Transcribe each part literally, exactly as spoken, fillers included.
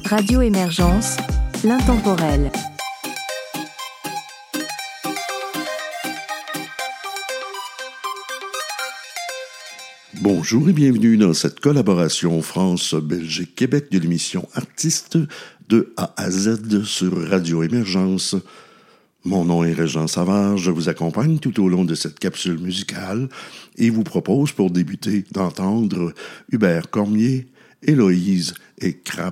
Radio Émergence, l'intemporel. Bonjour et bienvenue dans cette collaboration France-Belgique-Québec de l'émission Artistes de A à Z sur Radio Émergence. Mon nom est Régent Savard, je vous accompagne tout au long de cette capsule musicale et vous propose pour débuter d'entendre Hubert Cormier, Héloïse et Crabbe.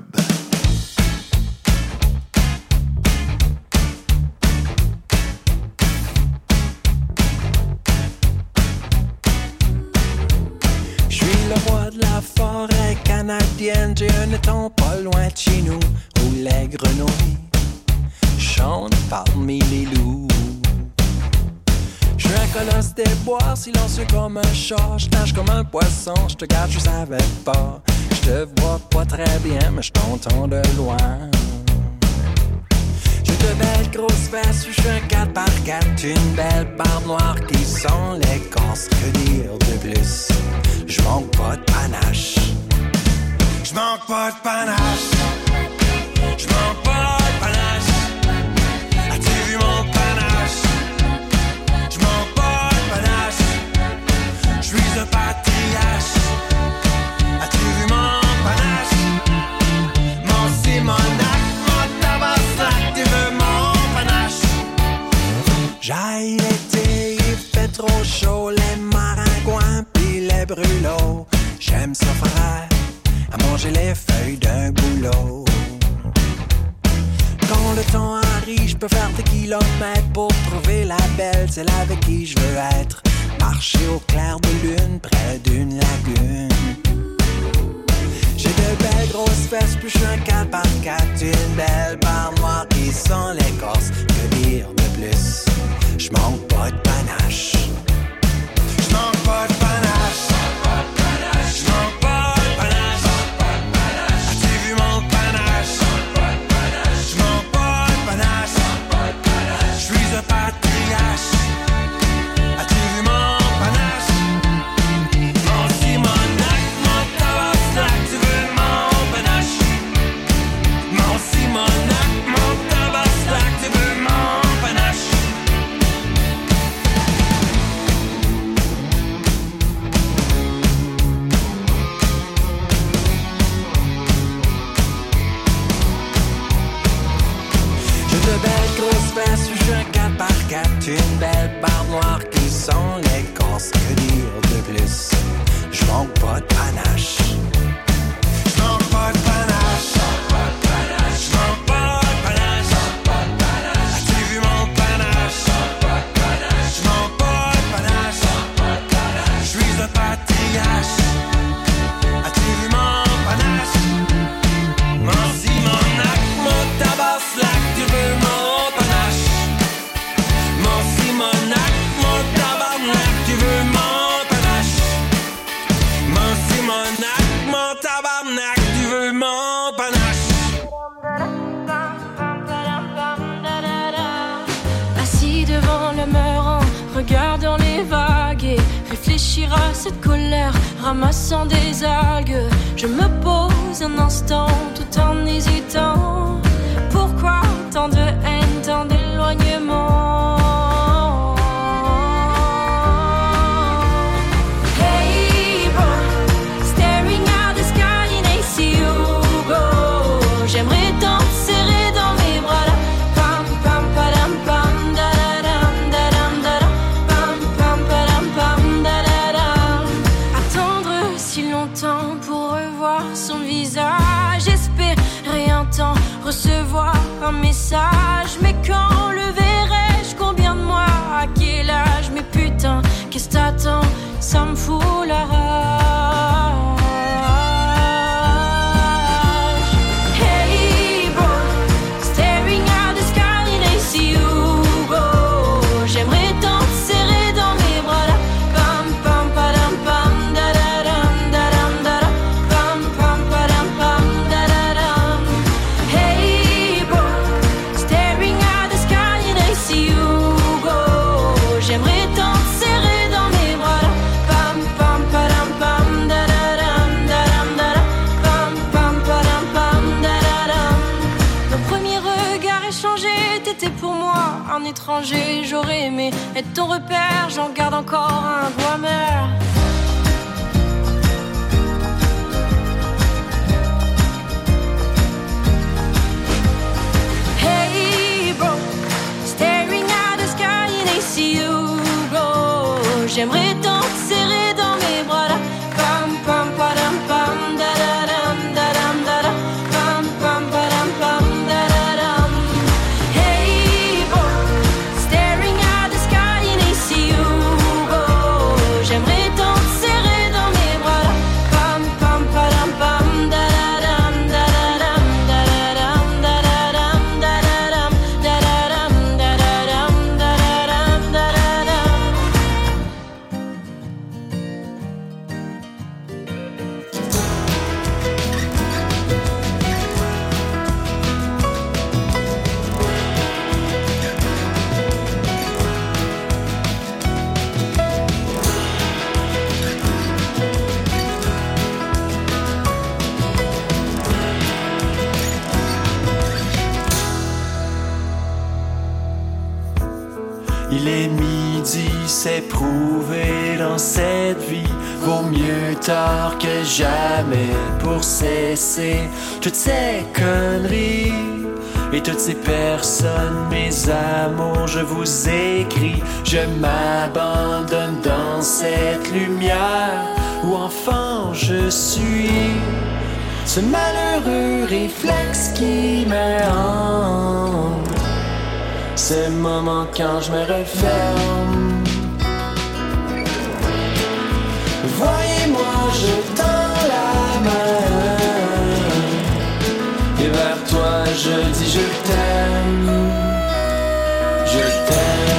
Forêt canadienne, j'ai un étang pas loin de chez nous, où les grenouilles chantent parmi les loups. Je suis un colosse des bois, silencieux comme un chat, je nage comme un poisson, je te garde, je savais pas. Je te vois pas très bien, mais je t'entends de loin. J'ai de belles grosses fesses, je suis un quatre par quatre, une belle barbe noire qui sent l'écorce, que dire de plus? Je manque pas de panache. Je manque pas de panache. Je manque pas de panache. As-tu vu mon panache? Je manque pas de panache. Je suis un patriarche. As-tu vu mon panache? Mon Simonac, mon tabaslac, tu veux mon panache? J'aille l'été, il fait trop chaud, les maringouins les brûlots, j'aime ça frais, à manger les feuilles d'un boulot. Quand le temps arrive, je peux faire des kilomètres pour trouver la belle, celle avec qui je veux être. Marcher au clair de lune, près d'une lagune. J'ai de belles grosses fesses, puis je suis un quatre par quatre, une belle barre noire qui sent l'écorce. Que dire de plus? Je manque pas de panache. Je manque pas de panache. Une belle barbe noire qui sent l'écorce, que dire de plus? Je manque pas de panache. Je manque pas de panache. Je manque pas de panache. As-tu vu mon panache? Je manque pas de panache. Je suis un patriarche. As-tu vu mon panache? Mon Simonac, mon tabaslac, tu veux mon panache? Mon Simonac, mon tabarnak, tu veux mon panache? Mon Simonac, mon tabarnak, tu veux mon panache? Assis devant le meuron, regardant les vagues et réfléchir à cette colère, ramassant des algues. Je me pose un instant tout en hésitant. Pourquoi tant de haine, tant d'éloignement? J'aimerais tant te serrer dans mes bras là. Pam pam padam pam da da dam da dam da dam. Pam pam padam pam da da dam. Attendre si longtemps pour revoir son visage, espérer un un étranger. J'aurais aimé être ton repère, j'en garde encore un goût amer. Hey bro, staring at the sky and I see you go. J'aimerais tant te serrer dans mes bras là. Pam pam padam pam da da dam da dam da da. Pam pam padam pam da da dam. Hey bro, staring at the sky and I see you go. J'aimerais tant te serrer dans mes bras là. Pam pam padam pam da da dam da da dam da da dam da da dam da da dam da da dam da da dam da da dam da da dam. Il est midi, c'est prouvé dans cette vie. Vaut mieux tard que jamais pour cesser toutes ces conneries. Et toutes ces personnes, mes amours, je vous écris. Je m'abandonne dans cette lumière où enfant je suis. Ce malheureux réflexe qui me hante. Ce moment quand je me referme. Voyez-moi, je tends la main. Et vers toi je dis je t'aime. Je t'aime.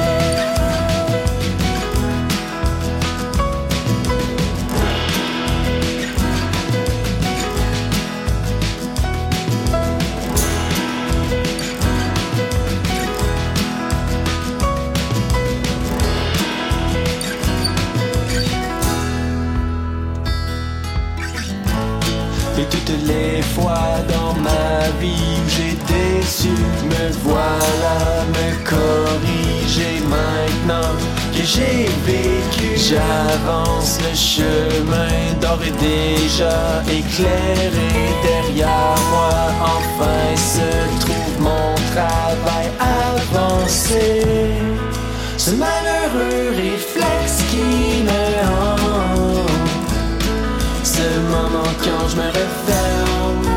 Et toutes les fois dans ma vie où j'ai déçu, me voilà me corriger maintenant que j'ai vécu. J'avance le chemin d'or et déjà éclairé derrière moi. Enfin se trouve mon travail avancé. Ce malheureux réflexe qui me hante. Ce moment quand je me referme.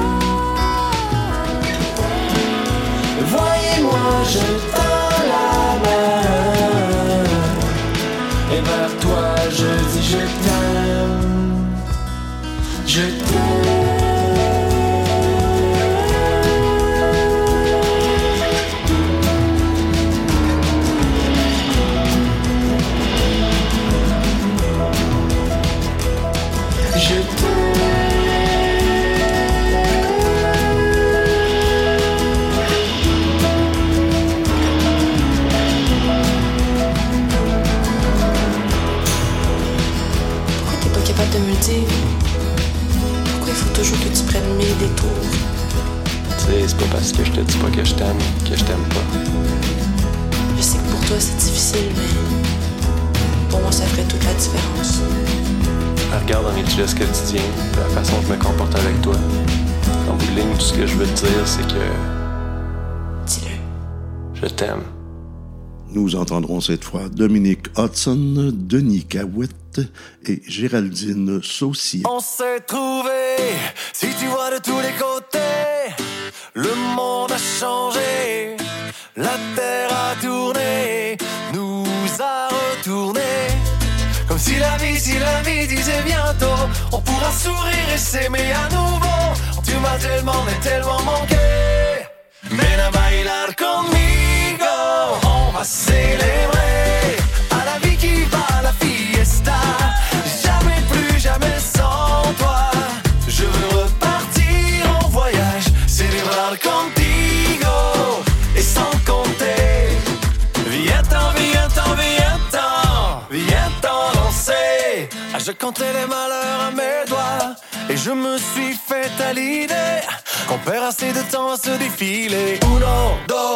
Voyez-moi, je tends la main. Et vers toi je dis je t'aime. Je t'aime. Je Pourquoi t'es pas capable de me le dire? Pourquoi il faut toujours que tu prennes mille détours? Tu sais, c'est pas parce que je te dis pas que je t'aime que je t'aime pas. Je sais que pour toi c'est difficile, mais pour moi ça ferait toute la différence. Regarde en étudiant ce quotidien, la façon dont je me comporte avec toi. En bout de ligne, tout ce que je veux te dire, c'est que Dis-le. je t'aime. Nous entendrons cette fois Dominique Hudson, Denis Cahouette et Géraldine Saucier. On s'est trouvé, si tu vois de tous les côtés, le monde a changé, la terre a tourné, nous a retourné. Comme si la vie, si la vie disait bientôt, on pourra sourire et s'aimer à nouveau. Tu m'as tellement, mais tellement manqué. Ven a bailar conmigo, on va célébrer à la vie qui va à la fiesta. Jamais plus, jamais sans toi. Je veux repartir en voyage, célébrer contigo et sans compter. Viens-t'en, viens-t'en, viens-t'en, viens-t'en danser. Ah, je comptais les malheurs à mes doigts et je me suis fait à l'idée qu'on perd assez de temps à se défiler. Uno, dos, trois.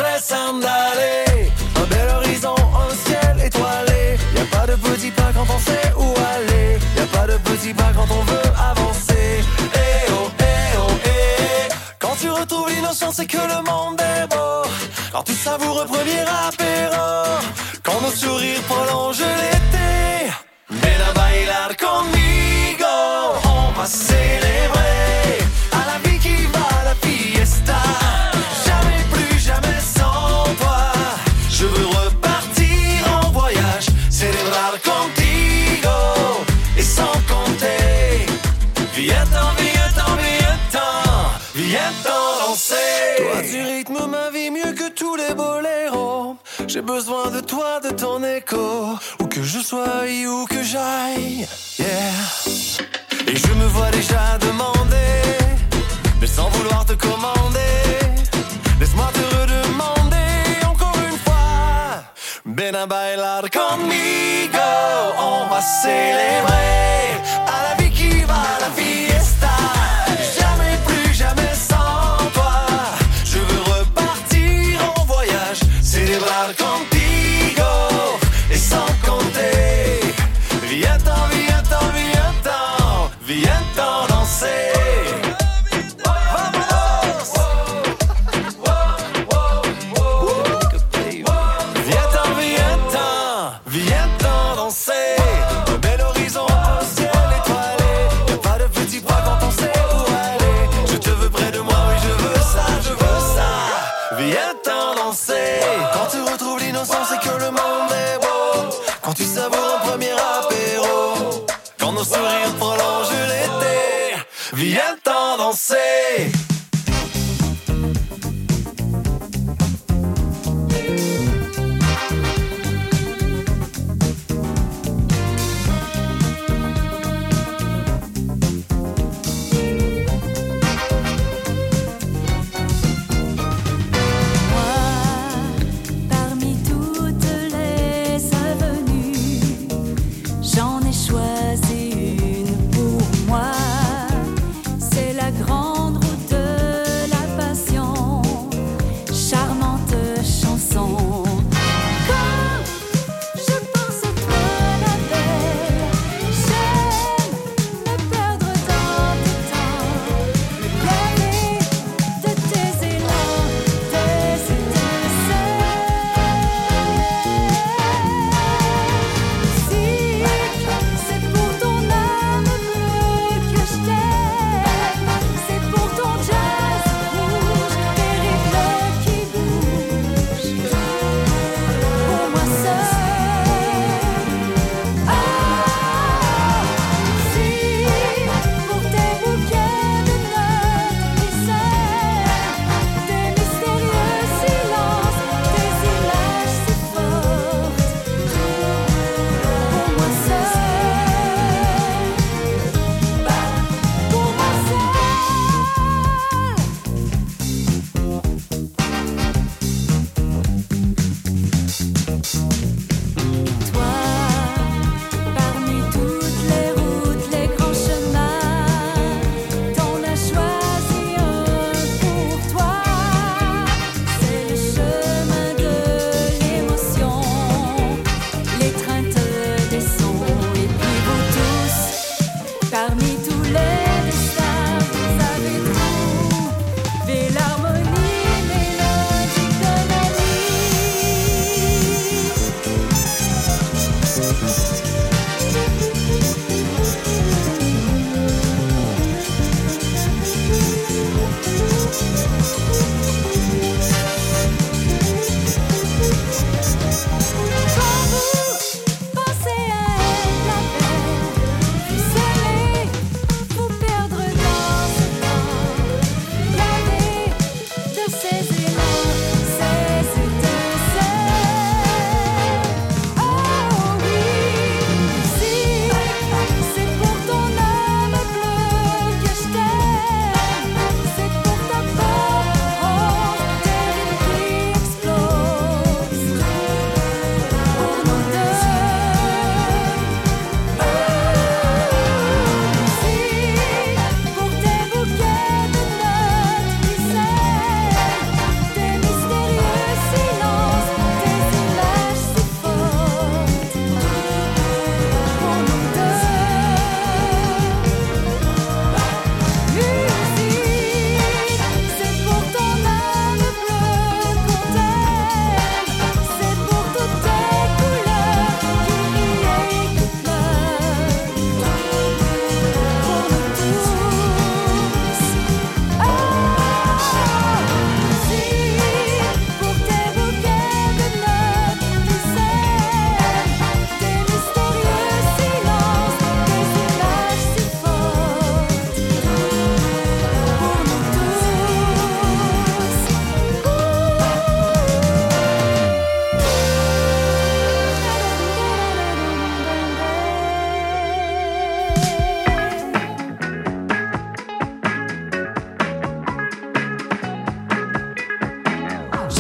voudrais s'en aller. Un bel horizon, un ciel étoilé. Y'a pas de petits pas quand on sait où aller. Y'a pas de petits pas quand on veut avancer. Eh oh, eh oh, eh. Quand tu retrouves l'innocence, c'est que le monde est beau. Quand tu savoures un premier apéro. Quand nos sourires prolongent l'été. Ven a bailar conmigo. On va célébrer à la vie qui va la fiesta. Jamais plus, jamais sans toi. Je veux repartir en voyage, célébrer contigo et sans compter. Viens-t'en, viens-t'en, viens-t'en, viens-t'en danser. Toi tu rythmes ma vie mieux que tous les boléros. J'ai besoin de toi, de ton écho. Où que je sois et où que j'aille, yeah. Et je me vois déjà demander, mais sans vouloir te commander. Laisse-moi te redemander encore une fois. Ven a bailar conmigo. On va célébrer à la vie qui va la fiesta. Jamais plus, jamais sans toi. Je veux repartir en voyage, célébrer contigo et sans compter. Viens-t'en, viens-t'en, viens-t'en, viens-t'en danser. Viens-t'en, viens-t'en, viens-t'en danser. Un bel horizon, un ciel étoilé. Y'a pas de petits pas quand on sait où aller. Je te veux près de moi, oui je veux ça, je veux ça. Viens-t'en danser. Quand tu retrouves l'innocence, c'est que le monde est beau. Quand tu savoures un premier apéro. Quand nos sourires prolongent l'été. Viens-t'en danser. Parmi toutes les avenues, j'en ai choisi une pour moi. C'est la grande route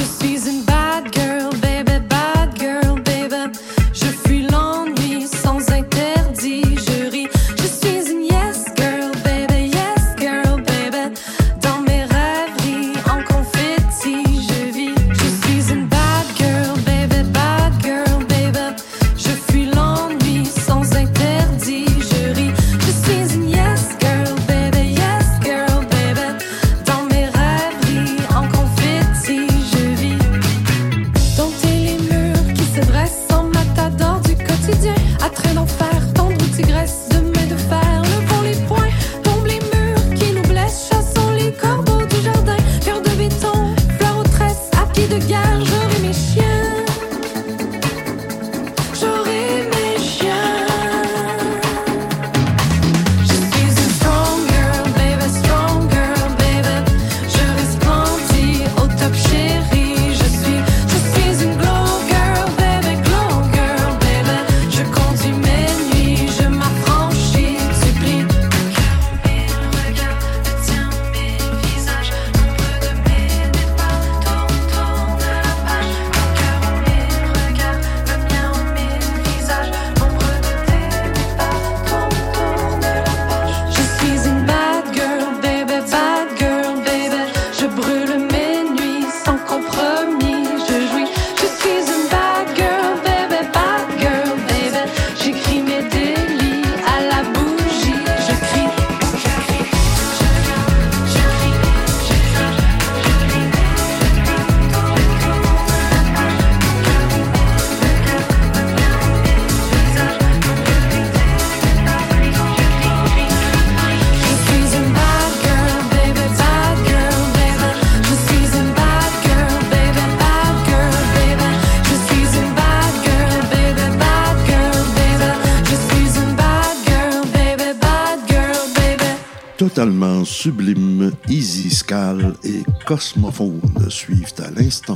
Totalement sublime, Easy Skal et Cosmophone suivent à l'instant.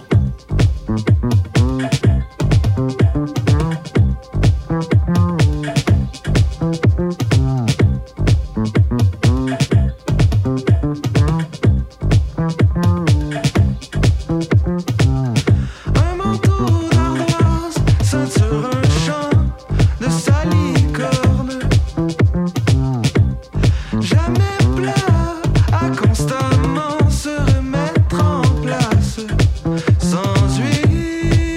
Constamment se remettre en place sans huile.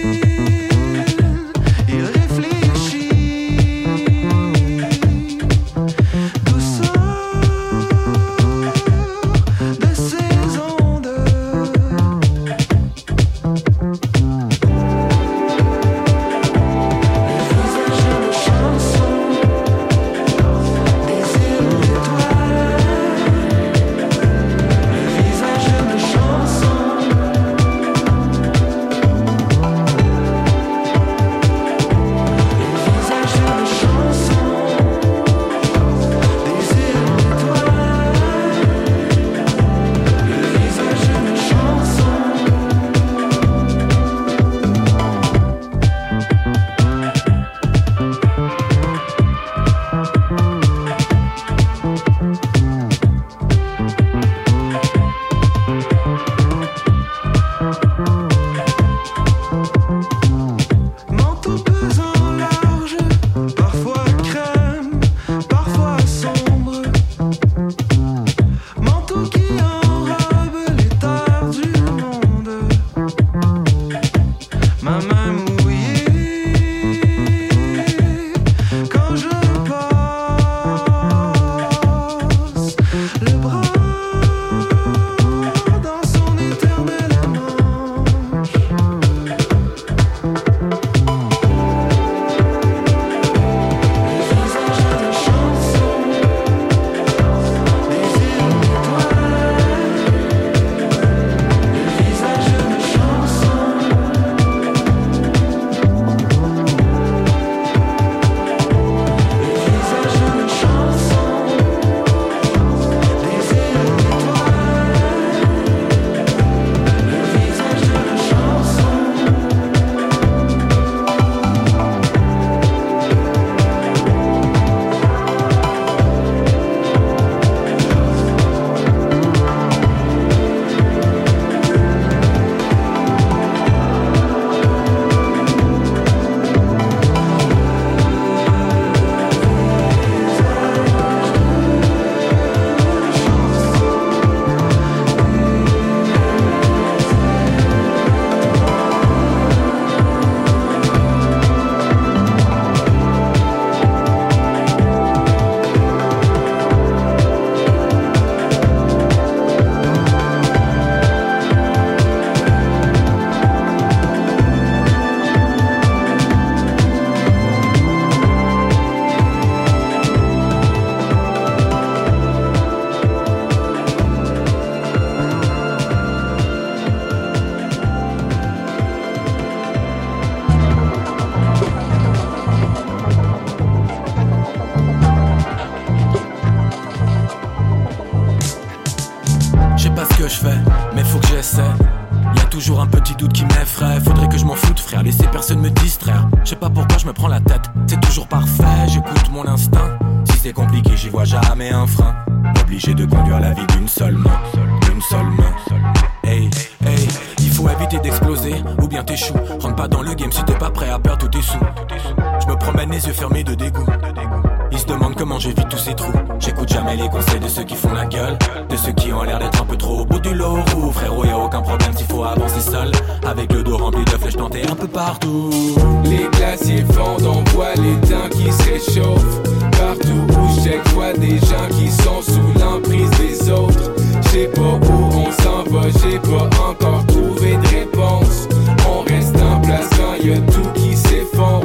mais faut que j'essaie. Y'a toujours un petit doute qui m'effraie. Faudrait que je m'en foute frère, laisser personne me distraire. Je sais pas pourquoi je me prends la tête, c'est toujours parfait, j'écoute mon instinct. Si c'est compliqué j'y vois jamais un frein. Obligé de conduire la vie d'une seule main, d'une seule main. Hey, hey, il faut éviter d'exploser ou bien t'échoues. Rentre pas dans le game si t'es pas prêt à perdre tous tes sous. Je me promène les yeux fermés de dégoût. Ils se demandent comment j'évite tous ces trous. J'écoute jamais les conseils de ceux qui font la gueule, de ceux qui ont l'air d'être un peu trop au bout du lot. Frérot, y'a aucun problème s'il faut avancer seul, avec le dos rempli de flèches plantées un peu partout. Les glaciers fondent, on voit les temps qui se réchauffent. Partout où je vois des gens qui sont sous l'emprise des autres. J'sais pas où on s'en va, j'ai pas encore trouvé de réponse. On reste en place quand y'a tout qui s'effondre.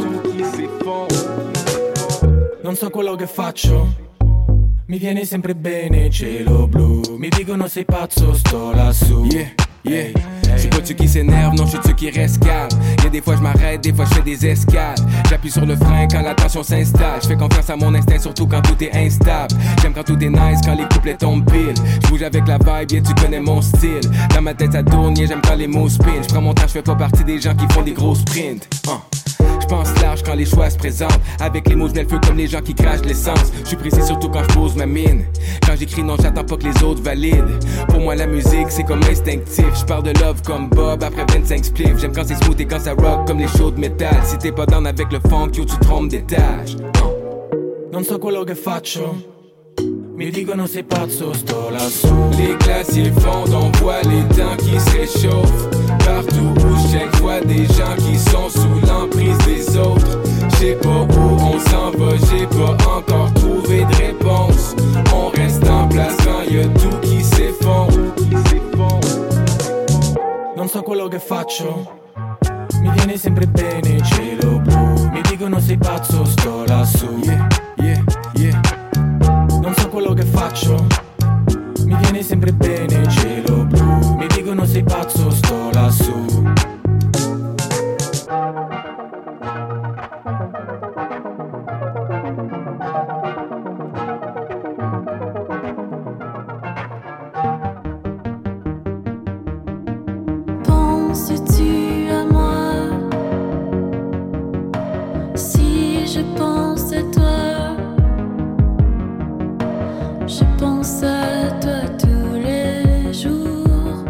Non so quello che faccio, mi viene sempre bene cielo blu. Mi dicono sei pazzo, sto lassù. Yeah, yeah. Je suis pas de ceux qui s'énervent, non je suis de ceux qui restent calmes. Y'a des fois je m'arrête, des fois je fais des escales. J'appuie sur le frein quand la tension s'installe. Je fais confiance à mon instinct surtout quand tout est instable. J'aime quand tout est nice, quand les couplets tombent pile. Je bouge avec la vibe, yeah, tu connais mon style. Dans ma tête ça tourne, yeah, j'aime quand les mots spin. Je prends mon temps, je fais pas partie des gens qui font des gros sprints. uh. Je pense large quand les choix se présentent. Avec les mots je mets le feu comme les gens qui crachent l'essence. Je suis précis surtout quand je pose ma mine. Quand j'écris non j'attends pas que les autres valident. Pour moi la musique c'est comme instinctif. Je parle de love comme Bob après vingt-cinq spliffs. J'aime quand c'est smooth et quand ça rock comme les shows de métal. Si t'es pas down avec le funk yo tu trompes d'étage. Non so quello che faccio, mi dicono sei pazzo, sto lassù. Les glaciers fondent, on voit les temps qui se réchauffent. Partout où je vois des gens qui sont sous l'emprise des autres. J'sais pas où on s'en va, j'ai pas encore trouvé de réponse. On reste en place quand y'a tout qui s'effondre. Non so quello che faccio, mi viene sempre bene cielo blu. Mi dicono sei pazzo, sto lassù. Yeah, yeah, yeah. Non so quello che faccio, mi viene sempre bene cielo blu. Mi dicono sei pazzo, sto lassù. Penses-tu à moi? Si je pense à toi, je pense à toi tous les jours.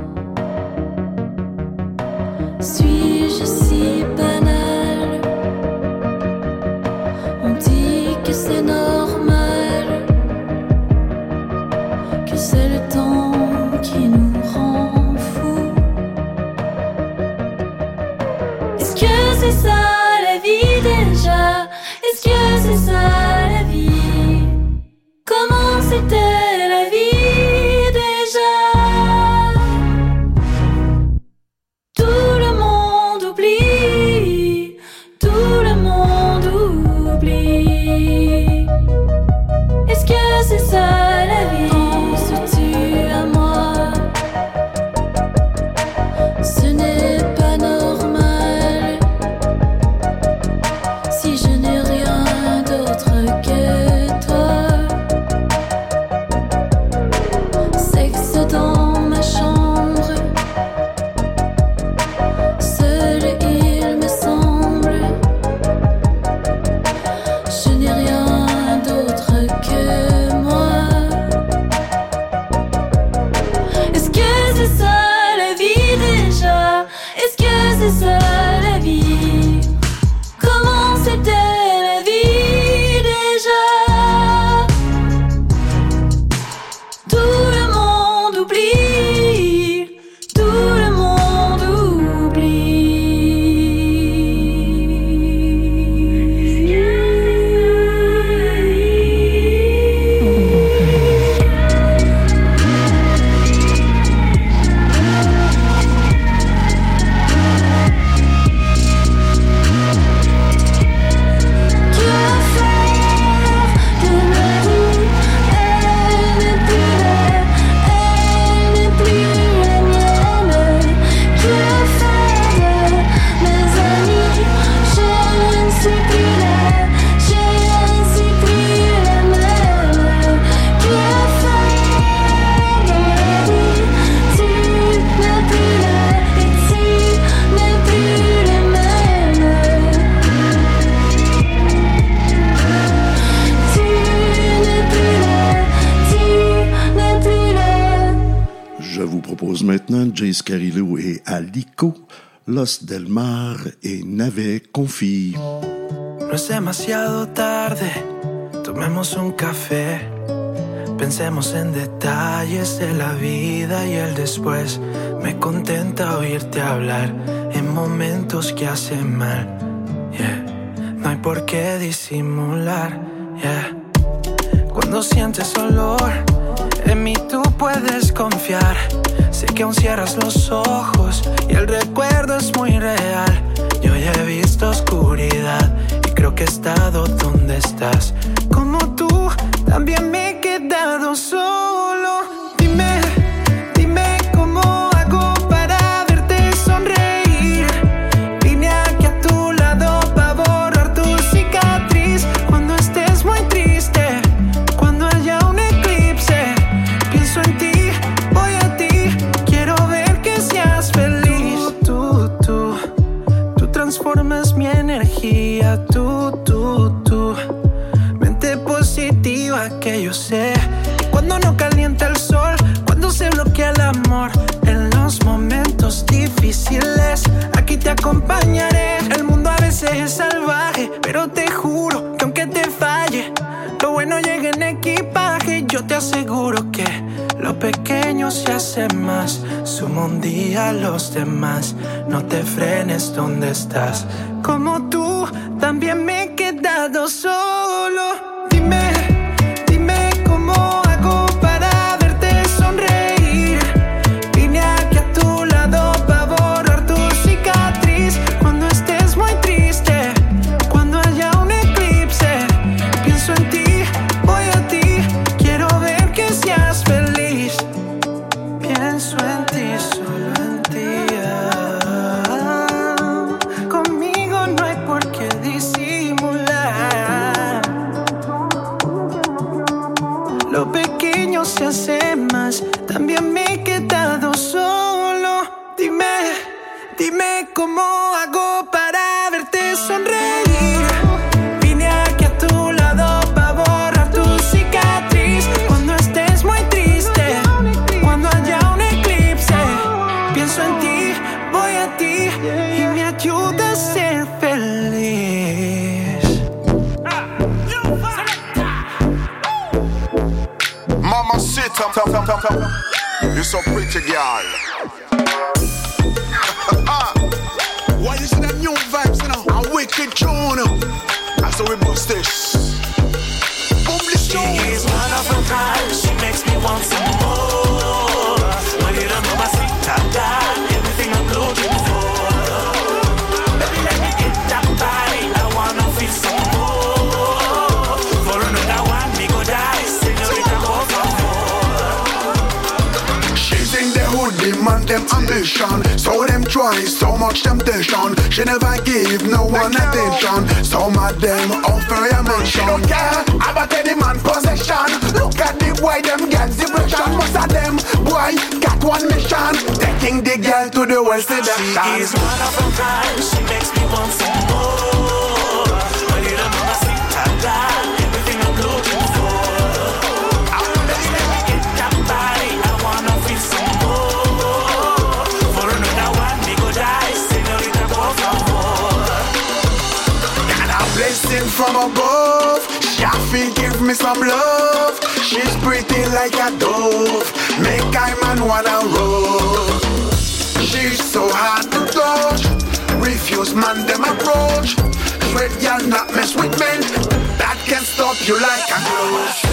Suis-je si banal? On dit que c'est normal, que c'est le temps qui nous rend fous. Est-ce que c'est ça la vie déjà? Est-ce que c'est ça la vie? Comment c'était la vie déjà? Tout le monde oublie. maintenant Jay Scarillo et Alico, Los del Mar et Nave Confi. No es demasiado tarde, tomemos un café. Pensemos en detalles de la vida y el después. Me contenta oírte hablar en momentos que hacen mal. Yeah. No hay por qué disimular. Yeah. Cuando sientes olor, en mí tú puedes confiar. Sé que aún cierras los ojos y el recuerdo es muy real. Yo ya he visto oscuridad y creo que he estado donde estás. Como tú, también me he quedado solo. Dime, dime cómo hago para verte sonreír. Vine aquí a tu lado para borrar tu cicatriz. Cuando estés muy triste, cuando haya un eclipse, pienso en ti, voy a ti. Quiero ver que seas feliz. Tú, tú, tú, tú transformas mi energía. Tú, tú, tú, mente positiva que yo sé. Cuando no calienta el sol, cuando se bloquea el amor, en los momentos difíciles, aquí te acompañaré. El mundo a veces es salvaje, pero te juro que aunque te falle, lo bueno llega en equipaje. Yo te aseguro que lo pequeño se hace más. Suma un día a los demás. No te frenes donde estás. Como tú, también me he quedado solo. Dime, dime cómo hago para verte sonreír. Vine aquí a tu lado para borrar tu cicatriz. Cuando estés muy triste, cuando haya un eclipse, pienso en ti, voy a ti. Quiero ver que seas feliz. Pienso en ti, solo en ti. Ah, conmigo no hay por qué disimular. Lo pequeño se hace más. También me he quedado solo. Dime, dime cómo hago para verte sonreír. Vine aquí a tu lado para borrar tu cicatriz. Cuando estés muy triste, cuando haya un eclipse, pienso en ti, voy a ti y me ayuda a ser feliz. Mama sit up, up, up, up, up. You're so pretty, girl. Why you see them new vibes, you know? A wicked tune. That's how we bust this. Boom, this She is one of a kind. She makes me want some more. When you don't know my seat, I got everything I'm looking for. Baby, let me get that body. I wanna feel some more. For another one, me go die. Señorita, go for more. She's in the hood, demand them ambition. So them try, so much temptation. She never give no one attention. Some of them offer a mention. She don't care about any man possession. Look at the way them get depression. Most of them, boy, got one mission. Taking the girl to the west of the She is one of a kind. She makes me want some more. When you don't know my seat, I got everything I'm looking for. Baby, let me get that body. I wanna feel some more. For another one, me go die. Señorita, por favor. And a blessing from above. Shafi give me some love. She's pretty like a dove. Make I man wanna roll. She's so hard to touch. Refuse man them approach. Straight y'all not mess with men. That can stop you like a glove.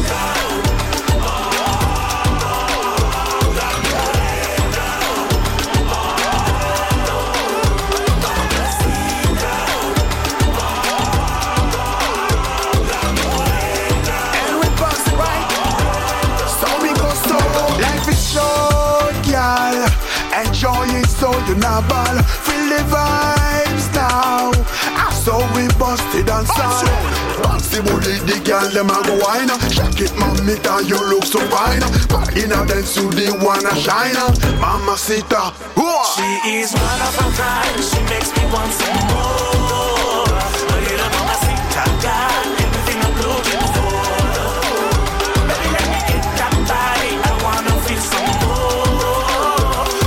Enjoy it so you not ball. Feel the vibes now. I saw we busted and sound. Bounce the booty, the girl them a go wine. Shake it, mommy, and you look so fine. Body now dance to the one a shine. Mama Sita, she is one of a kind. She makes me want some more. But you don't know my seat, I got everything I'm looking for. Baby, let me get that body. I wanna feel some more.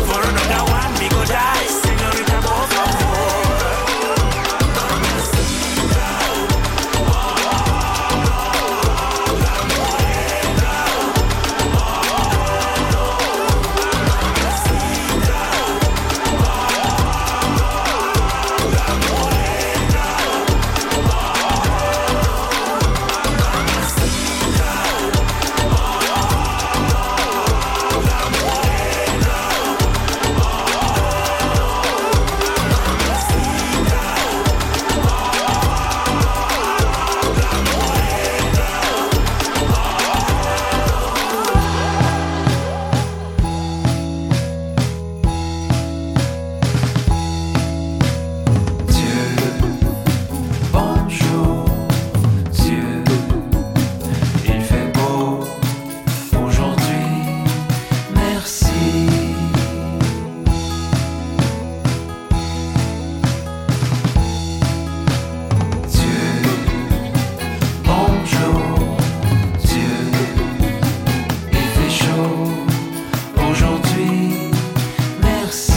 merci.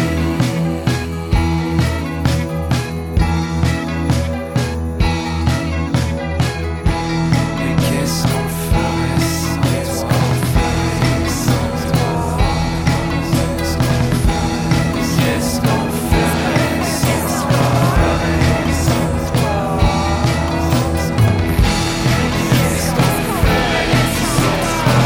Et qu'est-ce qu'on ferait sans toi? Sans toi? Qu'est-ce qu'on ferait sans toi? Sans toi? Qu'est-ce qu'on ferait sans toi?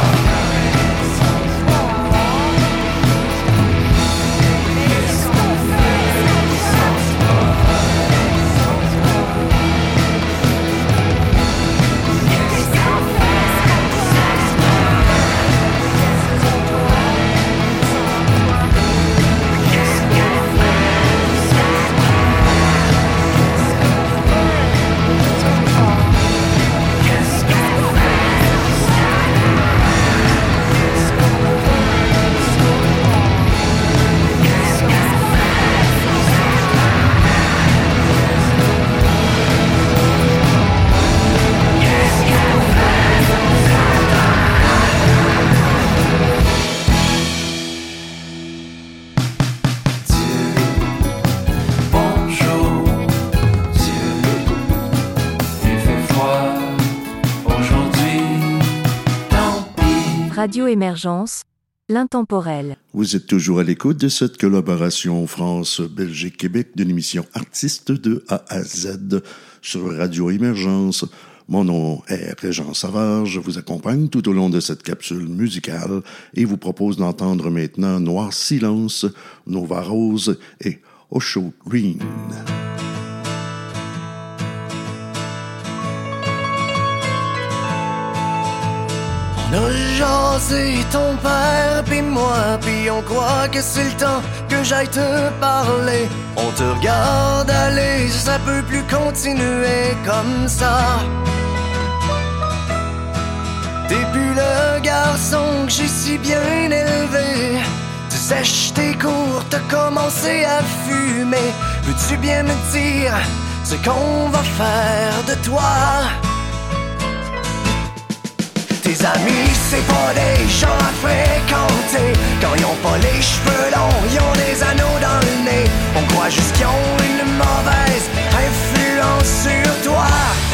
Radio Émergence, l'intemporel. Vous êtes toujours à l'écoute de cette collaboration France-Belgique-Québec de l'émission Artistes de A à Z sur Radio Émergence. Mon nom est Régent Savard, je vous accompagne tout au long de cette capsule musicale et vous propose d'entendre maintenant Noir Silence, Nova Rose et Osho Green. On a jasé ton père pis moi, pis on croit que c'est le temps que j'aille te parler. On te regarde aller, ça peut plus continuer comme ça. T'es plus le garçon que j'ai si bien élevé. Tu sèches tes cours, t'as commencé à fumer. Veux-tu bien me dire ce qu'on va faire de toi? Tes amis, c'est pas des gens à fréquenter. Quand ils ont pas les cheveux longs, ils ont des anneaux dans le nez. On croit juste qu'ils ont une mauvaise influence sur toi.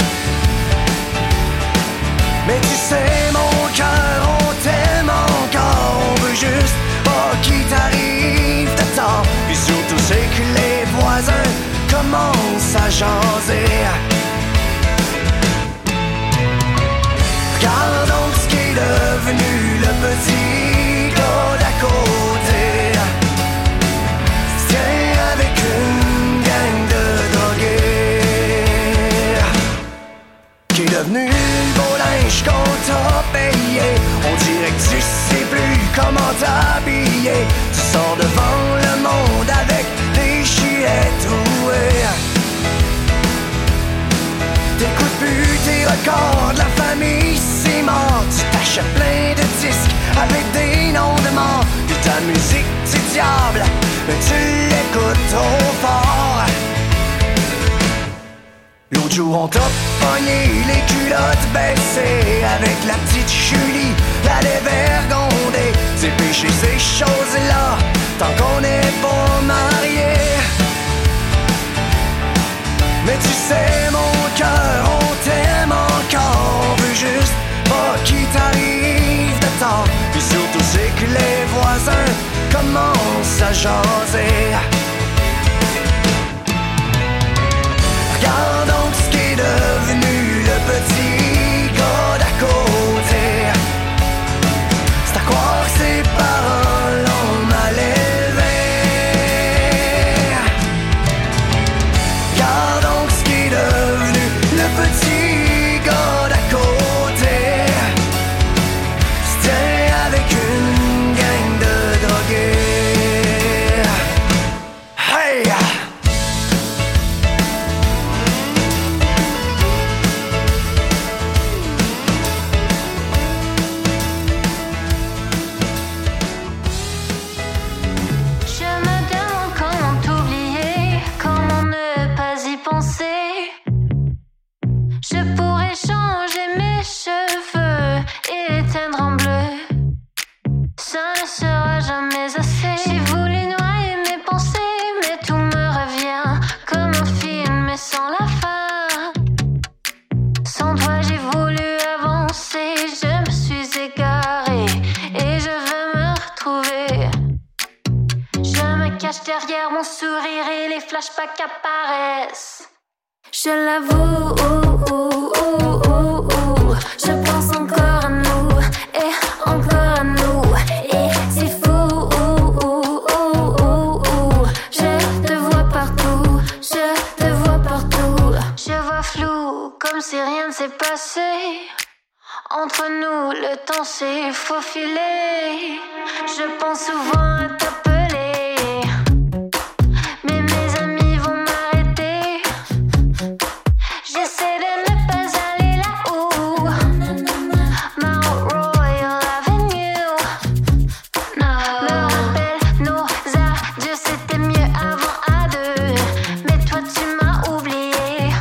Mais tu sais, mon cœur, on t'aime encore. On veut juste pas qu'il t'arrive de tort. Puis surtout, c'est que les voisins commencent à jaser. Regarde donc ce qu'est devenu le petit gars d'à côté. Tiens, avec une gang de drogués. Qui est devenu le beau linge qu'on t'a payé. On dirait que tu sais plus comment t'habiller. Tu sors devant le monde avec des gilets troués. T'écoutes plus tes records de la famille, c'est mort. Tu t'achètes plein de disques avec des noms de morts. Puis ta musique du diable, mais tu l'écoutes trop fort. L'autre jour on t'a pogné les culottes baissées avec la petite Julie, la dévergondée. C'est péché ces choses-là, tant qu'on n'est pas mariés. Mais tu sais mon cœur, on t'aime encore. On veut juste pas qu'il t'arrive de tort. Puis surtout c'est que les voisins commencent à jaser. Regarde donc ce qu'est devenu le petit gars d'à côté. C'est à croire que ses parents l'ont mal élevé. Regarde donc ce qu'est devenu le petit gars d'à côté. C'était avec une gang de drogués. cache derrière mon sourire et les flashbacks apparaissent. Je l'avoue, oh, oh, oh, oh, oh. Je pense encore à nous et encore à nous. Et c'est fou, oh, oh, oh, oh, oh. Je te vois partout, je te vois partout. Je vois flou, comme si rien ne s'est passé. Entre nous, le temps s'est faufilé. Je pense souvent à t'appeler, mais mes amis vont m'arrêter. J'essaie de ne pas aller là-haut, Mount Royal Avenue. No. Me rappelle nos adieux, c'était mieux avant à deux. Mais toi tu m'as oublié.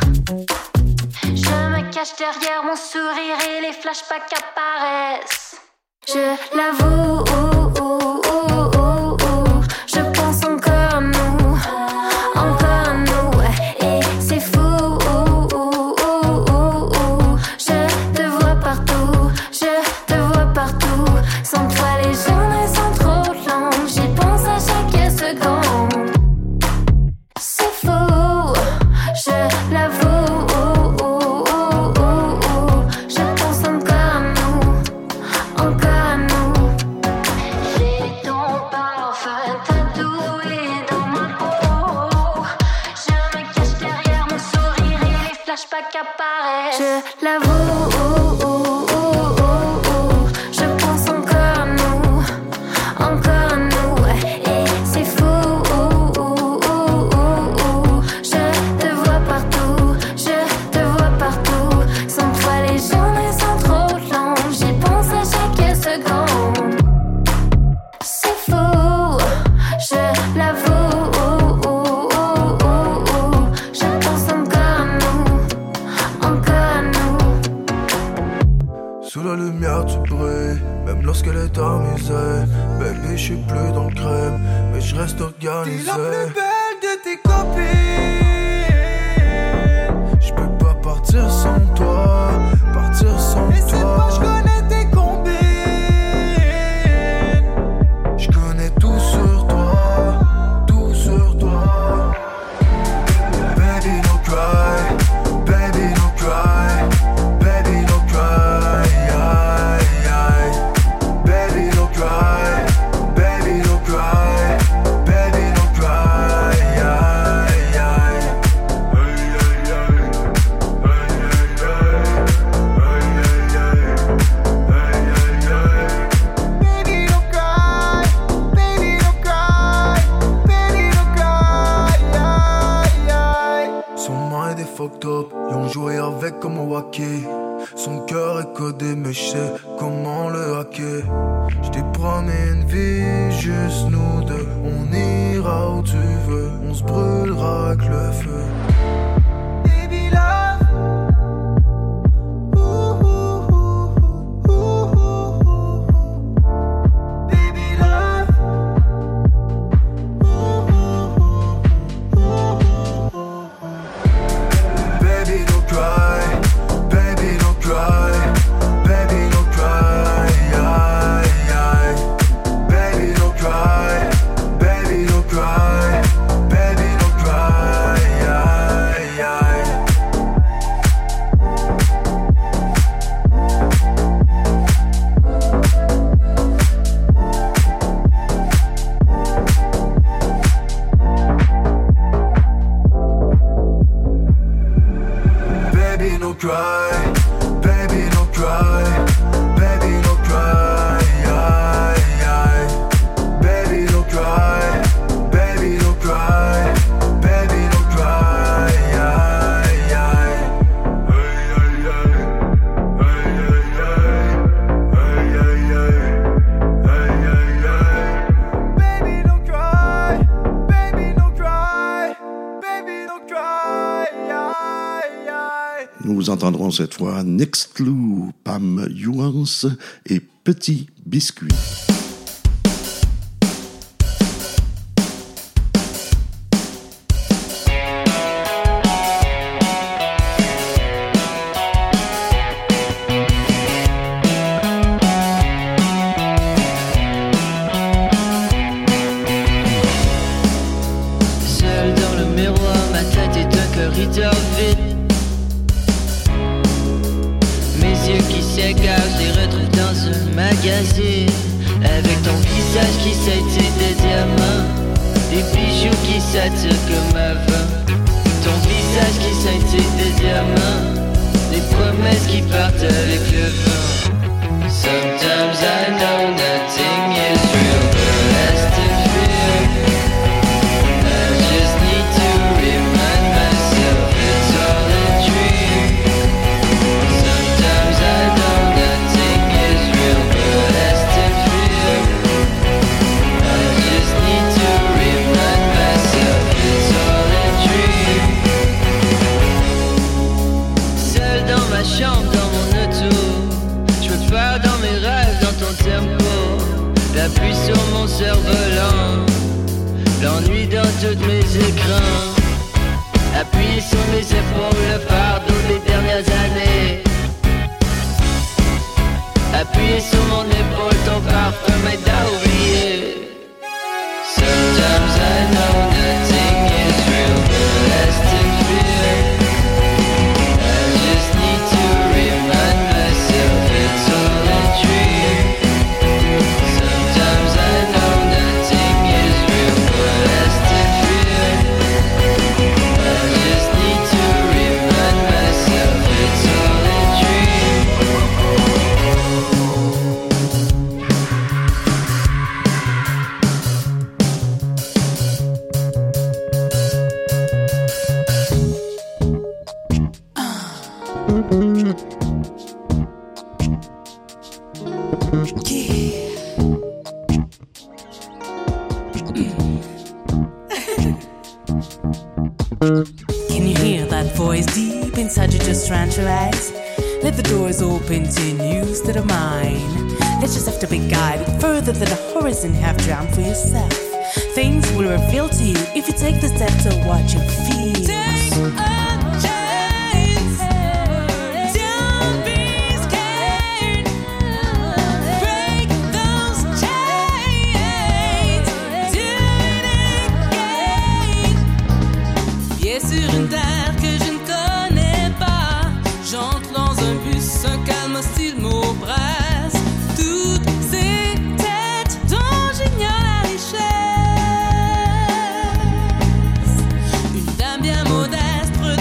Je me cache derrière mon sourire et les flashbacks apparaissent. Je l'avoue, oh, oh, oh, oh, oh. Je pense encore à nous, encore à nous. Et c'est fou, oh, oh, oh, oh, oh. Je te vois partout, je te vois partout. Sans toi les journées sont trop longues, j'y pense à chaque seconde. C'est fou, je l'avoue, oh, oh, oh, oh, oh. Je pense encore à nous, encore à nous. J'ai ton parfum tatoué dans ma peau. Je me cache derrière mon sourire et les flashbacks apparaissent. Je l'avoue, oh, oh, oh, oh, oh. Je pense encore à nous, encore à nous. Et c'est fou, oh, oh, oh, oh, oh. Je te vois partout, je te vois partout. Sans toi les journées sont trop longues, j'y pense à chaque seconde. C'est fou, je l'avoue, oh, oh, oh, oh, oh. Je pense encore à nous, encore à nous. Sous la lumière tu brilles, même lorsqu'elle est amusée. Baby, je suis plus dans le crème, mais je reste organisé. T'es la plus belle de tes copines. Je peux pas partir sans toi, partir sans et toi. Et c'est pas, je connais tes combines. Je connais tout sur toi, tout sur toi. Baby, no cry, baby, no cry, baby, no cry, aïe, aïe. Baby, no cry, baby, no cry, baby, no cry, aïe, aïe. Aïe, aïe, aïe, aïe, aïe, aïe, aïe, aïe. Baby, no cry, baby, no cry, baby, no cry, aïe, aïe. Son mind est fucked up, ils ont joué avec comme au hockey. Son cœur est codé, mais je sais comment le hacker. Je t'ai promis une vie, juste nous deux. On ira où tu veux, on se brûlera avec le feu. Baby love. Ouh, ouh, ouh, ouh, ouh, ouh. Baby love. Ouh, ouh, ouh, ouh, ouh. Baby don't cry, baby don't cry, baby don't cry, aïe, aïe. Baby don't cry, baby don't cry, baby don't cry, aïe, aïe. Baby no cry, baby no cry, baby no cry, aïe, aïe. Baby no cry, baby no cry, baby no cry, aïe, aïe. Aïe, aïe, aïe, aïe, aïe, aïe, aïe, aïe, aïe. Baby no cry, baby no cry, baby no cry, aïe, aïe. Nous entendrons cette fois Nextclou, Pam Youance et Petit Biscuit. dort vite. Mes yeux qui s'écartent, je les retrouve dans un magazine. Avec ton visage qui s'attire de diamants, des bijoux qui s'attirent comme avant. Ton visage qui s'attire de diamants, des promesses qui partent avec le vent. Sometimes I know nothing is real, but I still feel. I just need to remind myself it's all a dream. Sometimes I know nothing is real, but I still feel. I just need to remind myself it's all a dream. Seul dans ma chambre, dans mon auto, je me perds dans mes rêves, dans ton tempo. La pluie sur mon cerf-volant, l'ennui dans tous mes écrans. Appuyé sur mes épaules, le fardeau des dernières années. Appuyé sur mon épaule, ton parfum m'aide à oublier. Sometimes I know nothing is real, but I still feel. I just need to remind myself it's all a dream. Sometimes I know nothing is real, but I still feel. I just need to remind myself it's all a dream. Can you hear that voice deep inside you just tranquilize? Let the doors open to news that are mine. Let's just have to be guided further than the horizon have drowned for yourself. Things will reveal to you if you take the step to what you feel. Take a chance. Don't be scared. Break those chains. Do it again. Pieds sur une terre que je ne connais pas. J'entre dans un bus, un calme hostile m'oppresse. Toutes ces têtes dont j'ignore la richesse. Une dame bien modeste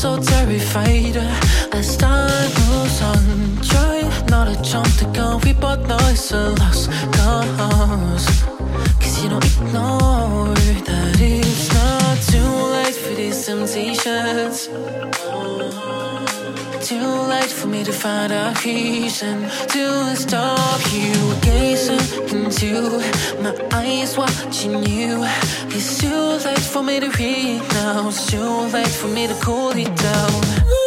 so terrified as time moves on. Try not to jump the gun, we both know it's a lost cause. Cause you don't ignore that it's not too late for these temptations. Too late for me to find a reason to stop you. Gazing into my eyes, watching you. It's too late for me to read now. It's too late for me to cool it down.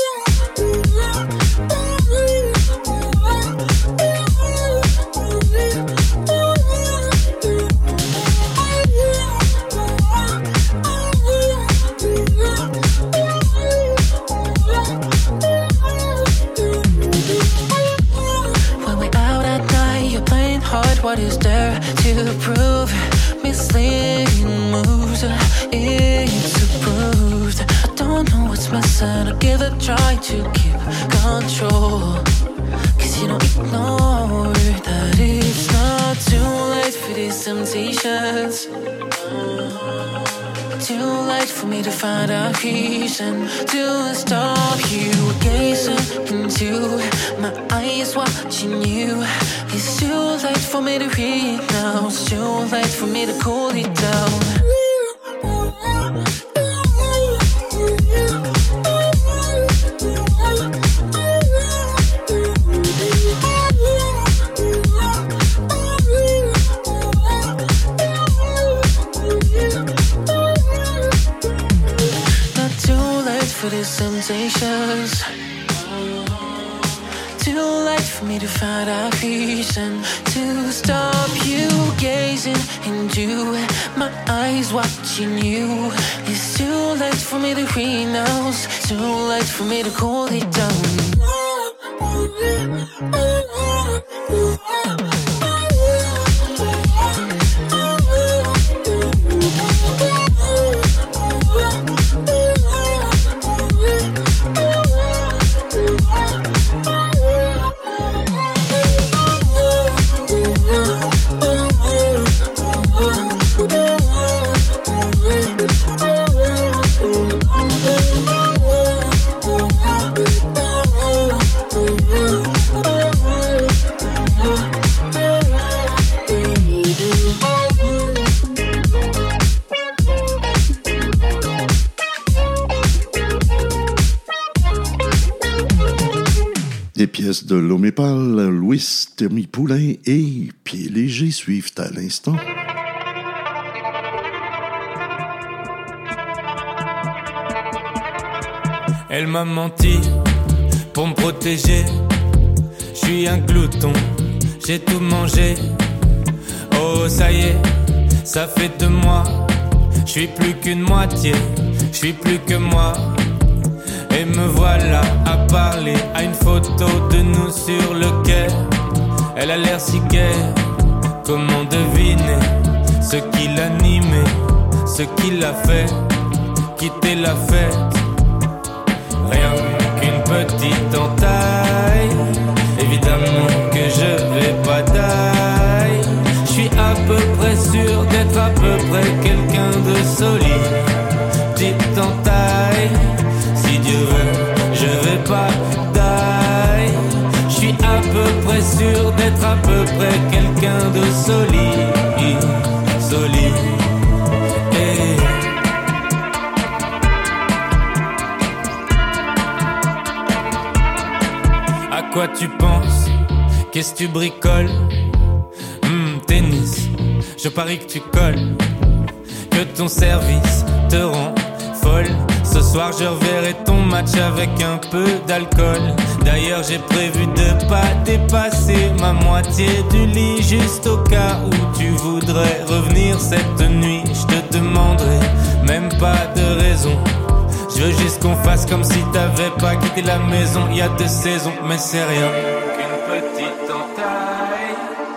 What is there to prove? Misleading moves, it's approved. I don't know what's missing, I'll give it a try to keep control. Cause you don't ignore that it's not too late for these temptations. Too late for me to find a reason to stop you. Gazing into my eyes, watching you. It's too late for me to read now. It's too late for me to cool it down. For these temptations, too late for me to find a reason to stop you. Gazing into my eyes, watching you. It's too late for me to renounce. Too late for me to cool it down. Des pièces de L'Omépal, Louis Termy Poulain et Pieds Légers suivent à l'instant. Elle m'a menti pour me protéger. Je suis un glouton, j'ai tout mangé. Oh ça y est, ça fait de moi. Je suis plus qu'une moitié, je suis plus que moi. Et me voilà à parler à une photo de nous sur le quai. Elle a l'air si gaie, comment deviner ce qui l'animait, ce qui l'a fait quitter la fête. Rien qu'une petite entaille, évidemment que je vais pas taille. Je suis à peu près sûr d'être à peu près quelqu'un de solide. Petite entaille, si Dieu veut, je vais pas die. Je suis à peu près sûr d'être à peu près quelqu'un de solide, solide. Hey. À quoi tu penses? Qu'est-ce que tu bricoles? Hum, tennis, je parie que tu colles. Que ton service te rend folle. Ce soir je reverrai ton match avec un peu d'alcool. D'ailleurs j'ai prévu de pas dépasser ma moitié du lit, juste au cas où tu voudrais revenir cette nuit. Je te demanderai même pas de raison. Je veux juste qu'on fasse comme si t'avais pas quitté la maison. Il y a deux saisons mais c'est rien qu'une petite entaille.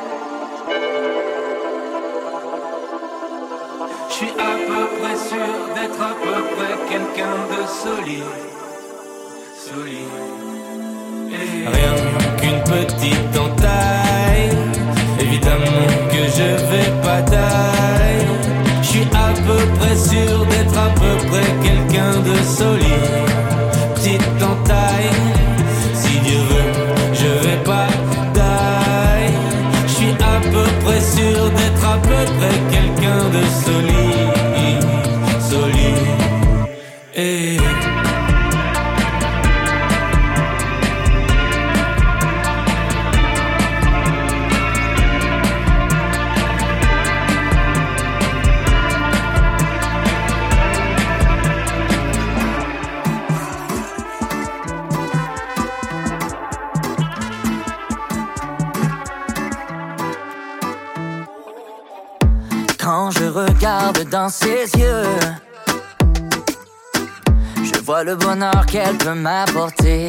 Je suis à peu près sûr d'être à peu près quelqu'un de solide, solide. Et rien qu'une petite entaille, évidemment que je vais pas taille. Je suis à peu près sûr d'être à peu près quelqu'un de solide. solide, solide. Hey. Quand je regarde dans ses yeux, je vois le bonheur qu'elle peut m'apporter.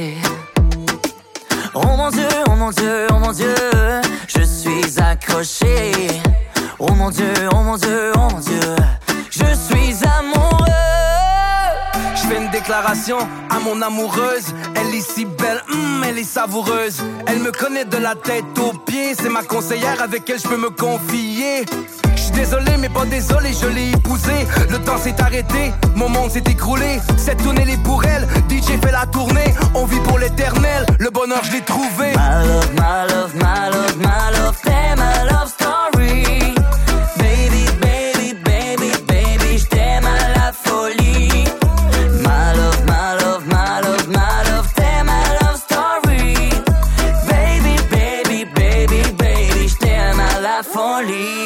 Oh mon Dieu, oh mon Dieu, oh mon Dieu, je suis accroché. Oh mon Dieu, oh mon Dieu, oh mon Dieu, je suis amoureux. Je fais une déclaration à mon amoureuse. Elle est si belle, mm, elle est savoureuse. Elle me connaît de la tête aux pieds. C'est ma conseillère avec elle je peux me confier. Je suis désolé mais pas désolé, je l'ai épousée. Le temps s'est arrêté, mon monde s'est écroulé. Cette tournée est pour elle, D J fait la tournée. On vit pour l'éternel, le bonheur je l'ai trouvé. My love, my love, my love, my love, t'es my love story. Baby, baby, baby, baby, je t'aime à la folie. My love, my love, my love, my love, t'es my love story. Baby, baby, baby, baby, je t'aime à la folie.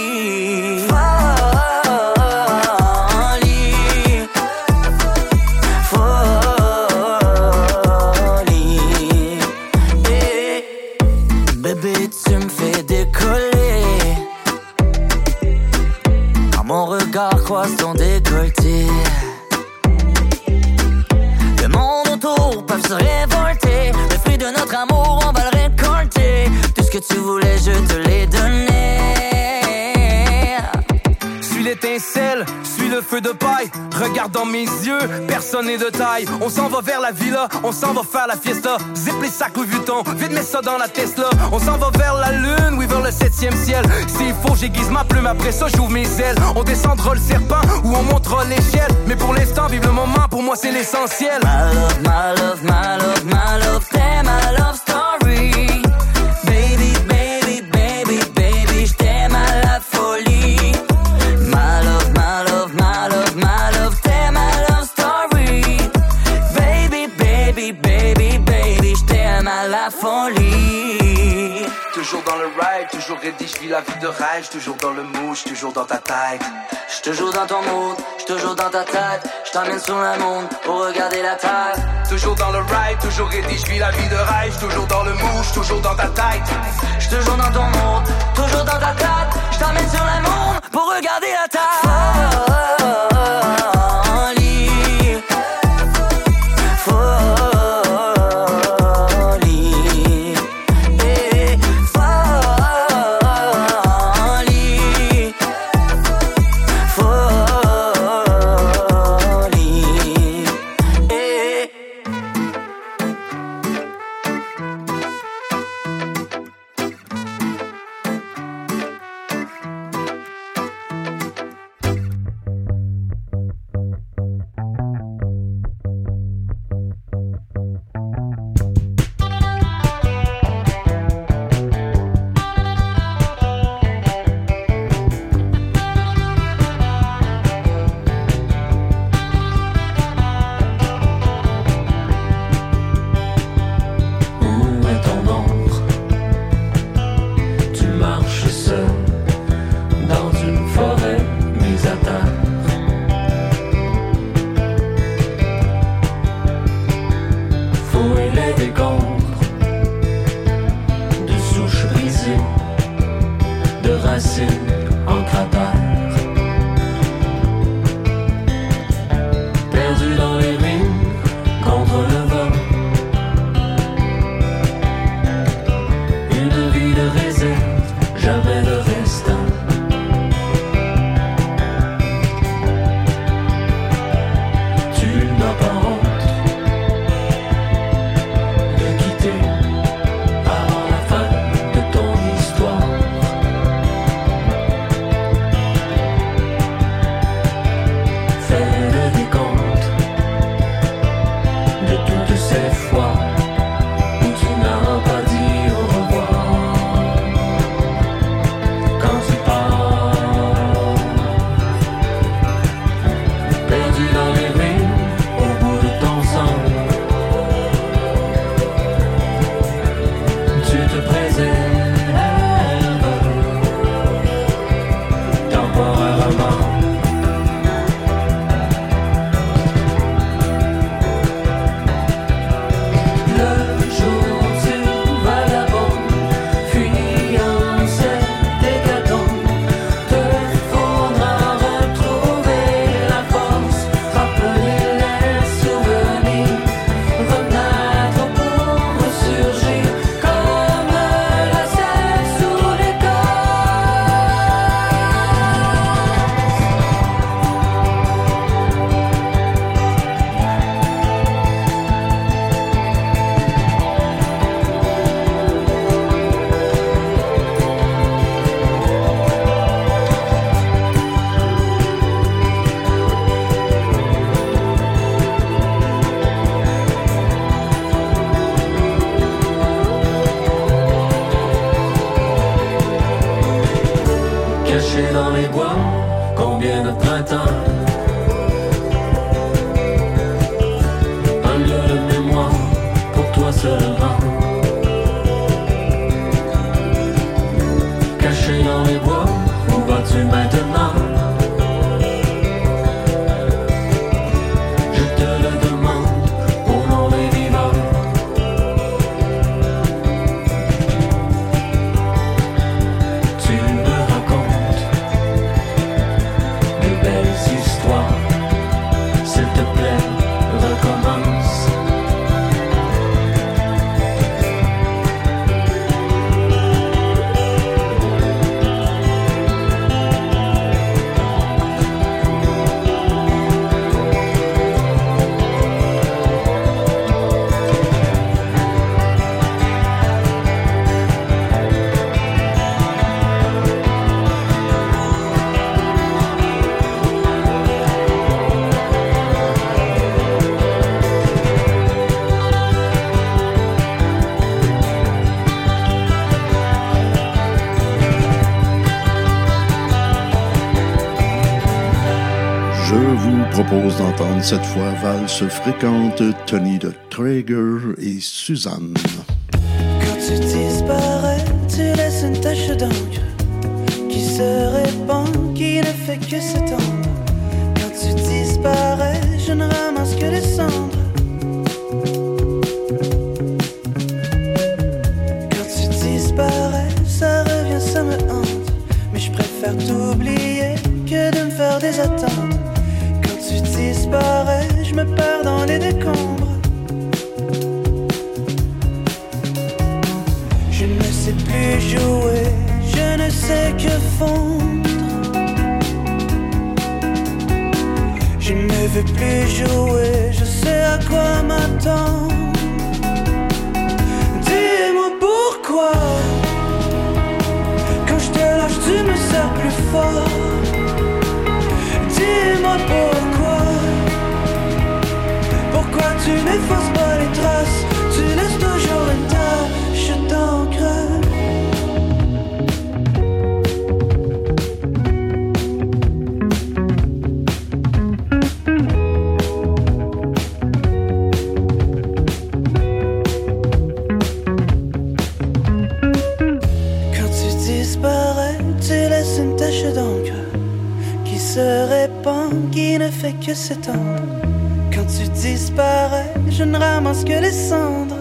Croise ton décolleté. Le monde autour peut se révolter. Le fruit de notre amour, on va le récolter. Tout ce que tu voulais, je te l'ai donné. Suis l'étincelle, suis le feu de paille. Regarde dans mes yeux, personne n'est de taille. On s'en va vers la villa, on s'en va faire la fiesta. Zip les sacs Louis Vuitton, vite mets ça dans la Tesla. On s'en va vers la lune, oui vers le septième ciel. S'il faut j'aiguise ma plume, après ça j'ouvre mes ailes. On descendra le serpent ou on montera l'échelle. Mais pour l'instant vive le moment, pour moi c'est l'essentiel. My love, my love, my love, my love, t'es my love story. Baby, baby, baby, baby, j't'aime à la folie. My love, my love, my love, my love, t'es my love story. Baby, baby, baby, baby, j't'aime à la folie. Toujours dans le ride, toujours ready, je vis la vie de rêve, toujours dans le mouche, toujours dans ta tête. J'te joue dans ton mood, j'te joue dans ta tête. J't'emmène sur le monde pour regarder la terre. Toujours dans le ride, toujours ready, je vis la vie de rêve, toujours dans le mouche, toujours dans ta tête. J'te joue dans ton monde, toujours dans ta tête. J't'emmène sur le monde pour regarder la terre. propose d'entendre cette fois valse fréquente Tony de Traeger et Suzanne. Quand tu disparais, tu laisses une tache d'encre qui se répand, qui ne fait que s'étendre. Quand tu disparais, je ne ramasse que les cendres. Quand tu disparais, ça revient, ça me hante. Mais je préfère t'oublier que de me faire des attentes. Quand tu disparais, je me perds dans les décombres. Je ne sais plus jouer, je ne sais que fondre. Je ne veux plus jouer, je sais à quoi m'attendre. Dis-moi pourquoi, quand je te lâche tu me serres plus fort. Dis-moi pourquoi, pourquoi tu n'effaces pas les traces, tu laisses toujours une tache d'encre. Quand tu disparais, tu laisses une tache d'encre qui se répand, qui ne fait que s'étendre. Quand tu disparais, je ne ramasse que les cendres.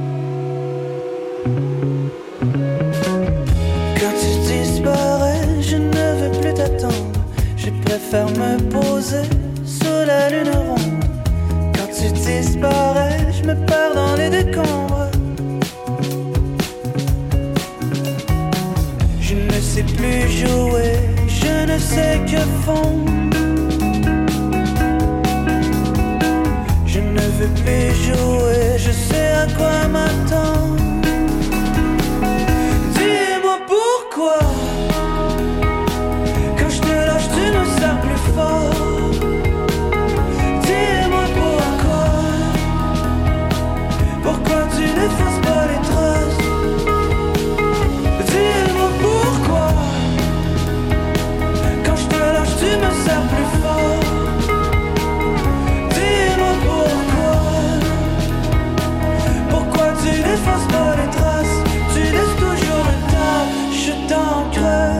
Quand tu disparais, je ne veux plus t'attendre. Je préfère me poser sous la lune ronde. Quand tu disparais, je me perds dans les décombres. Je ne sais plus jouer, je ne sais que fondre. Je ne veux plus jouer, je sais à quoi m'attendre. Dis-moi pourquoi, quand je te lâche tu me serres plus fort. Dis-moi pourquoi, pourquoi tu n'effaces pas les traces. Dis-moi pourquoi, quand je te lâche tu me serres plus fort. Tu n'effaces pas les traces, tu laisses toujours une tache d'encre.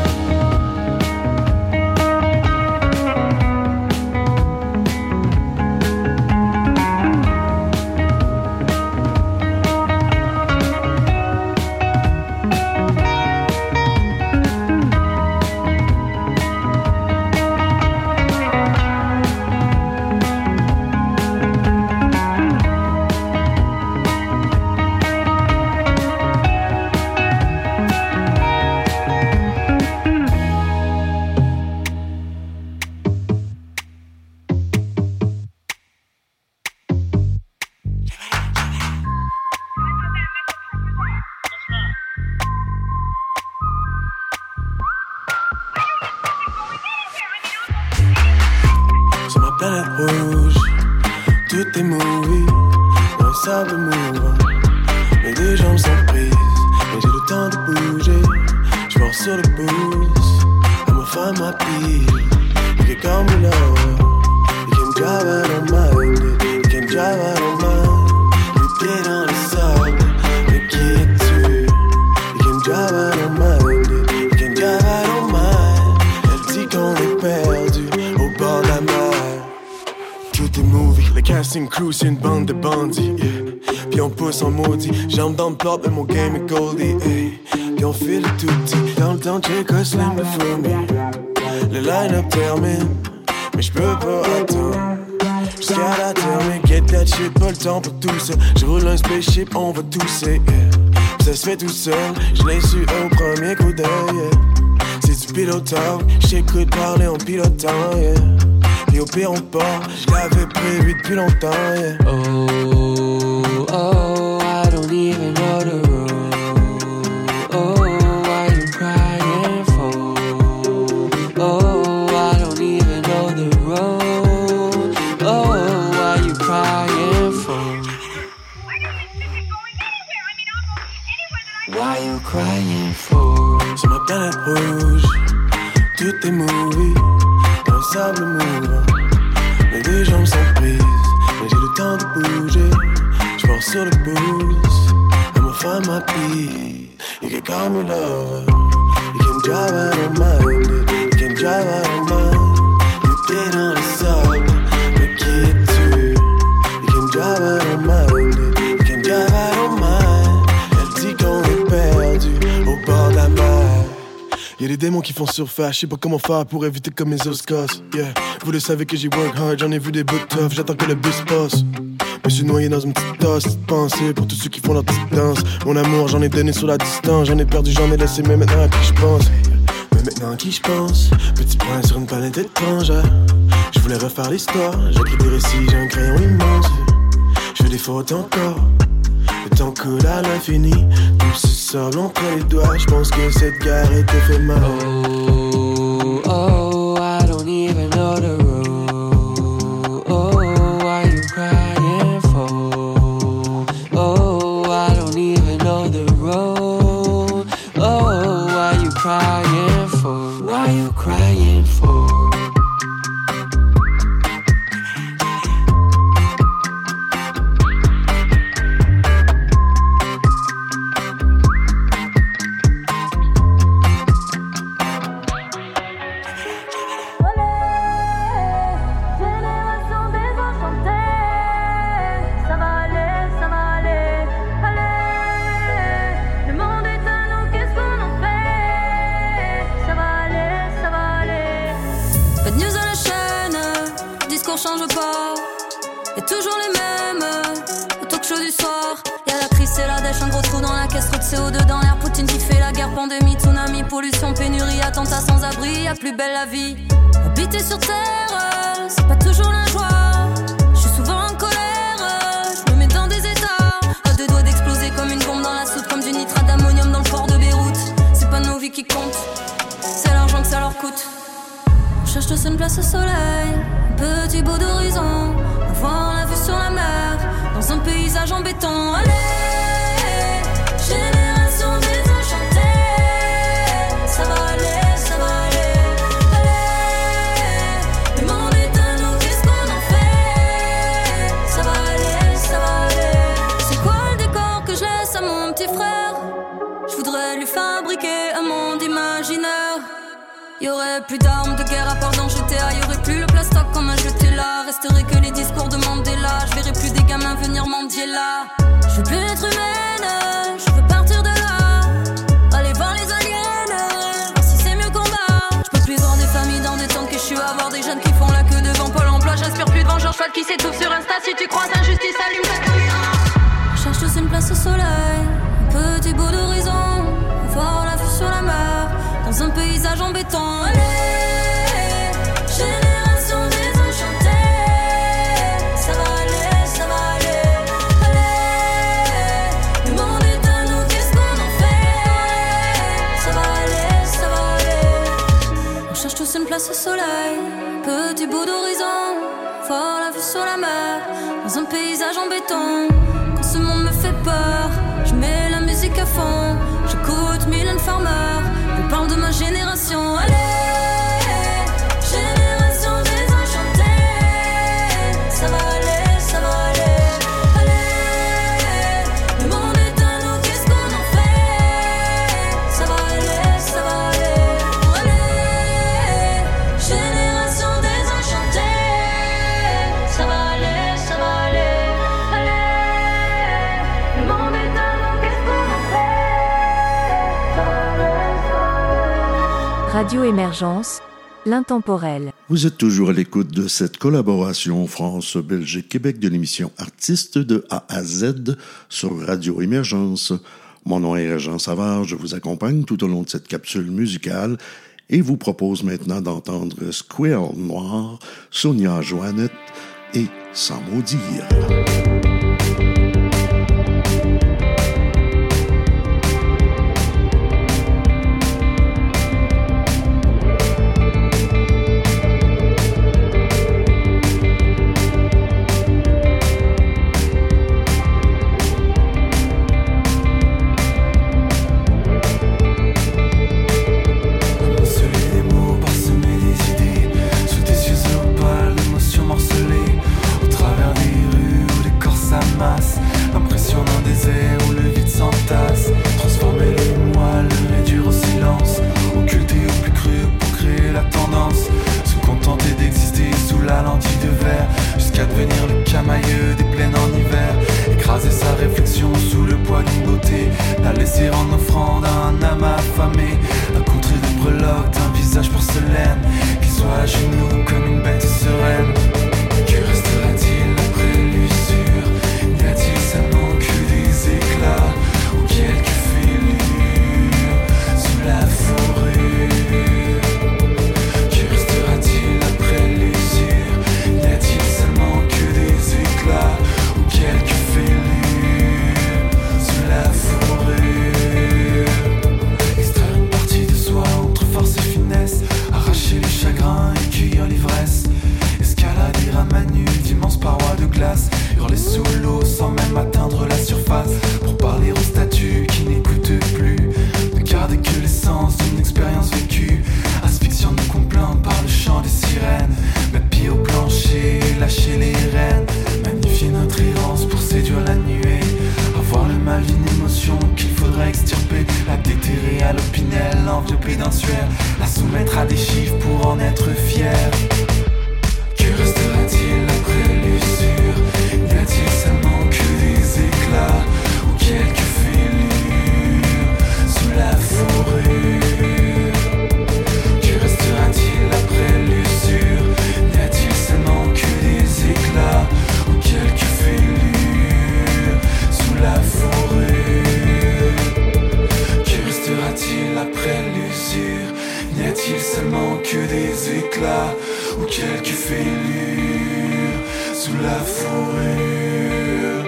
C'est une bande de bandits, yeah. Puis on pousse en maudit, jambes dans le plat, mais mon game est goldie, hey. Puis on file le tout petit, dans le temps check a slam de fourmi. Le line-up termine, mais j'peux pas attendre jusqu'à la termine, get that shit, pas le temps pour tout ça. J'roule un spaceship, on va tousser, yeah. Ça se fait tout seul, j'l'ai su au premier coup d'œil, yeah. C'est du pilotage, j'écoute parler en pilotant, yeah. Et au pire on part, je l'avais prévu depuis longtemps, yeah. Oh, oh, I don't even know the road. Oh, why you crying for? Oh, I don't even know the road. Oh, why you crying for? Why you crying for? Sur ma planète rouge, tout est movie. Dans le sable mouvant, sens prise, mais j'ai le temps de bouger. J'pars sur le pouce, I'ma find my peace. You can call me lover, you can drive, I don't mind it. You can drive, I don't mind. You get on the sub, mais qui es-tu? You can drive, I don't mind it. You can drive, I don't mind. Elle dit qu'on est perdu au bord de la mer. Y'a des démons qui font surface, je sais pas comment faire pour éviter comme mes os cassent. Yeah, vous le savez que j'y work hard, j'en ai vu des bouts tough, j'attends que le bus passe. Me suis noyé dans une petite tasse, petite pensée pour tous ceux qui font leur petite danse. Mon amour, j'en ai donné sur la distance, j'en ai perdu, j'en ai laissé, mais maintenant à qui je pense? Mais maintenant à qui je pense? Petit point sur une planète étrangère. Je voulais refaire l'histoire, j'écris des récits, j'ai un crayon immense. Je fais des fautes encore, le temps coule à l'infini. Tout se sable entre les doigts, je pense que cette guerre est éphémère. Oh, oh, I don't even know the road. Oh, why you crying for? Oh, I don't even know the road. Oh, why you crying for? Why you crying for? Change pas, et toujours les mêmes au talk show du soir. Y'a la crise, c'est la dèche, un gros trou dans la caisse, trop de C O deux dans l'air. Poutine qui fait la guerre, pandémie, tsunami, pollution, pénurie, attentat sans abri, y'a plus belle la vie. Habiter sur terre, c'est pas toujours la joie. Je suis souvent en colère, je me mets dans des états à deux doigts d'exploser comme une bombe dans la soupe, comme du nitrate d'ammonium dans le port de Beyrouth. C'est pas nos vies qui comptent, c'est l'argent que ça leur coûte. On cherche tous une place au soleil, petit bout d'horizon, avoir la vue sur la mer, dans un paysage en béton. Allez, génération désenchantée, ça va aller, ça va aller. Allez, le monde est à nous, qu'est-ce qu'on en fait? Ça va aller, ça va aller. C'est quoi le décor que je laisse à mon petit frère? Je voudrais lui fabriquer un monde imaginaire. Y'aurait plus d'armes de guerre à part dans G T A. Y'aurait plus le plastoc comme un jeté là. Resterait que les discours de Mandela. Je verrai plus des gamins venir mendier là. Je veux plus être humaine, je veux partir de là. Aller voir les aliens, voir si c'est mieux qu'on va. Je peux plus voir des familles dans des tentes que je suis à voir des jeunes qui font la queue devant Pôle emploi. J'inspire plus devant Georges Fall qui s'étouffe sur Insta. Si tu crois injustice, allume ta caméra. Je cherche tous une place au soleil, un petit bout d'horizon, voir la vue sur la mer, dans un paysage en béton. Allez, génération désenchantée, ça va aller, ça va aller. Allez, le monde est à nous, qu'est-ce qu'on en fait? Ça va aller, ça va aller. On cherche tous une place au soleil, petit bout d'horizon, voir la vue sur la mer, dans un paysage en béton. Quand ce monde me fait peur, je mets la musique à fond, j'écoute Mylène Farmer. On parle de ma génération, allez, génération désenchantée, ça va aller, ça va aller, allez, le monde est à nous, qu'est-ce qu'on en fait? Ça va aller, ça va aller, allez, génération désenchantée, ça va aller, ça va aller, allez, le monde est à nous, qu'est-ce qu'on en fait? Ça va aller, ça va aller. Radio Émergence, l'intemporel. Vous êtes toujours à l'écoute de cette collaboration France-Belgique-Québec de l'émission Artistes de A à Z sur Radio Émergence. Mon nom est Régent Savard, je vous accompagne tout au long de cette capsule musicale et vous propose maintenant d'entendre Square Noir, Sonia Joannette et Sans maudire. Parsemer des idées, sous tes yeux opaques, l'émotion morcelée. tomber sous l'eau sans même atteindre la surface. Pour parler aux statues qui n'écoutent plus, ne garder que l'essence d'une expérience vécue. Asphyxiant nous complaint par le chant des sirènes. Mettre pied au plancher, lâcher les rênes. Magnifier notre errance pour séduire la nuée. Avoir le mal d'une émotion qu'il faudrait extirper. La déterrer à l'opinel, l'envelopper d'un suaire. La soumettre à des chiffres pour en être fier. Que restera-t-il après l'usure? N'y a-t-il seulement que des éclats ou quelques fêlures sous la fourrure? Que restera-t-il après l'usure? N'y a-t-il seulement que des éclats ou quelques fêlures sous la fourrure? Que restera-t-il après l'usure? N'y a-t-il seulement que des éclats ou quelques fêlures sous la fourrure?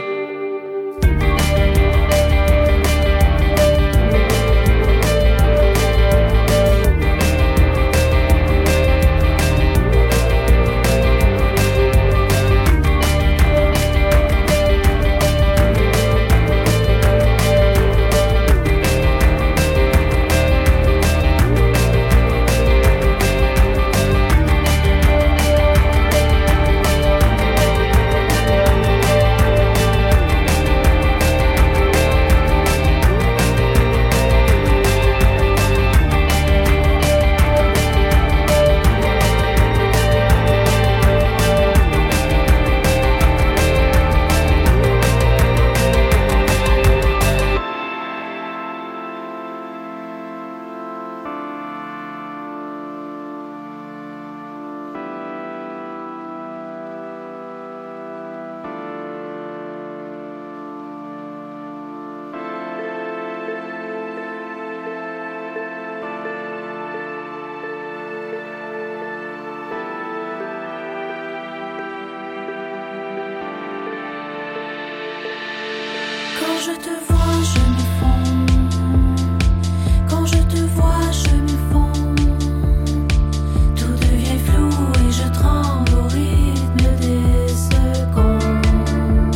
Quand je te vois, je m'effondre. Quand je te vois, je m'effondre. Tout devient flou et je tremble au rythme des secondes.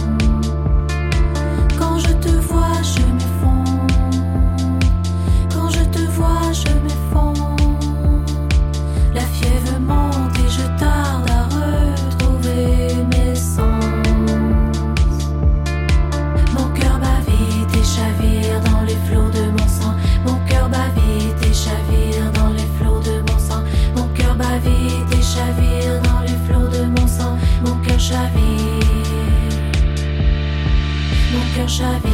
Quand je te vois, je m'effondre. Quand je te vois, je m'effondre. La fièvre monte et je tarde à retrouver mes sens. Chavire dans les flots de mon sang, mon cœur bat vite et chavire dans les flots de mon sang, mon cœur bat vite et chavire dans les flots de mon sang, mon cœur chavire, mon cœur chavire.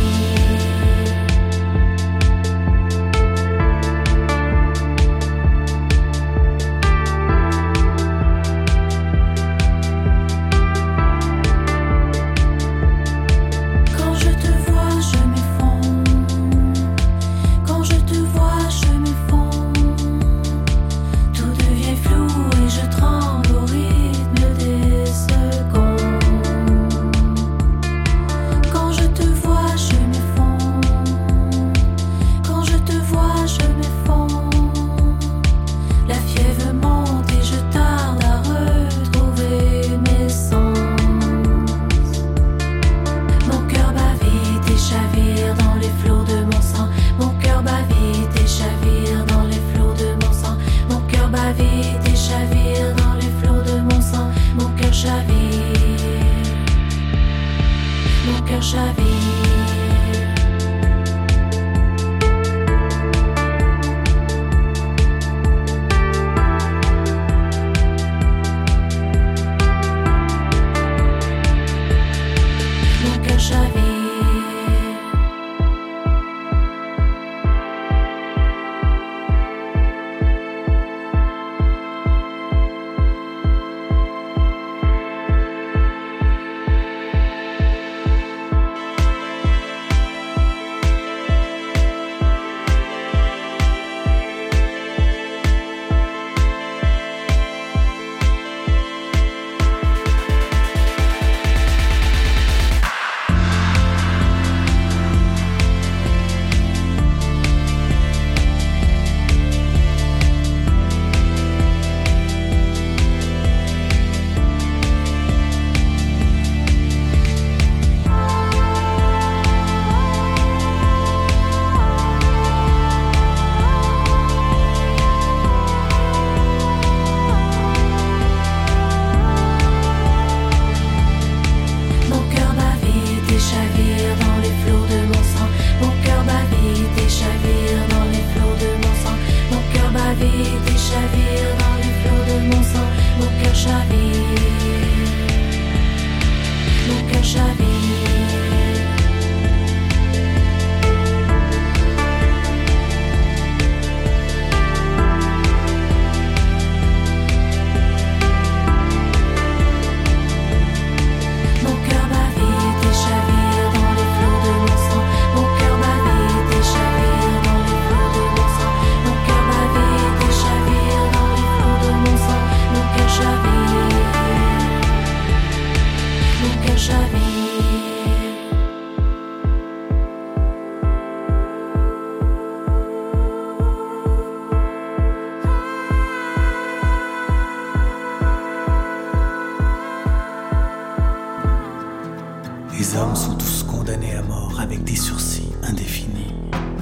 Les hommes sont tous condamnés à mort avec des sursis indéfinis.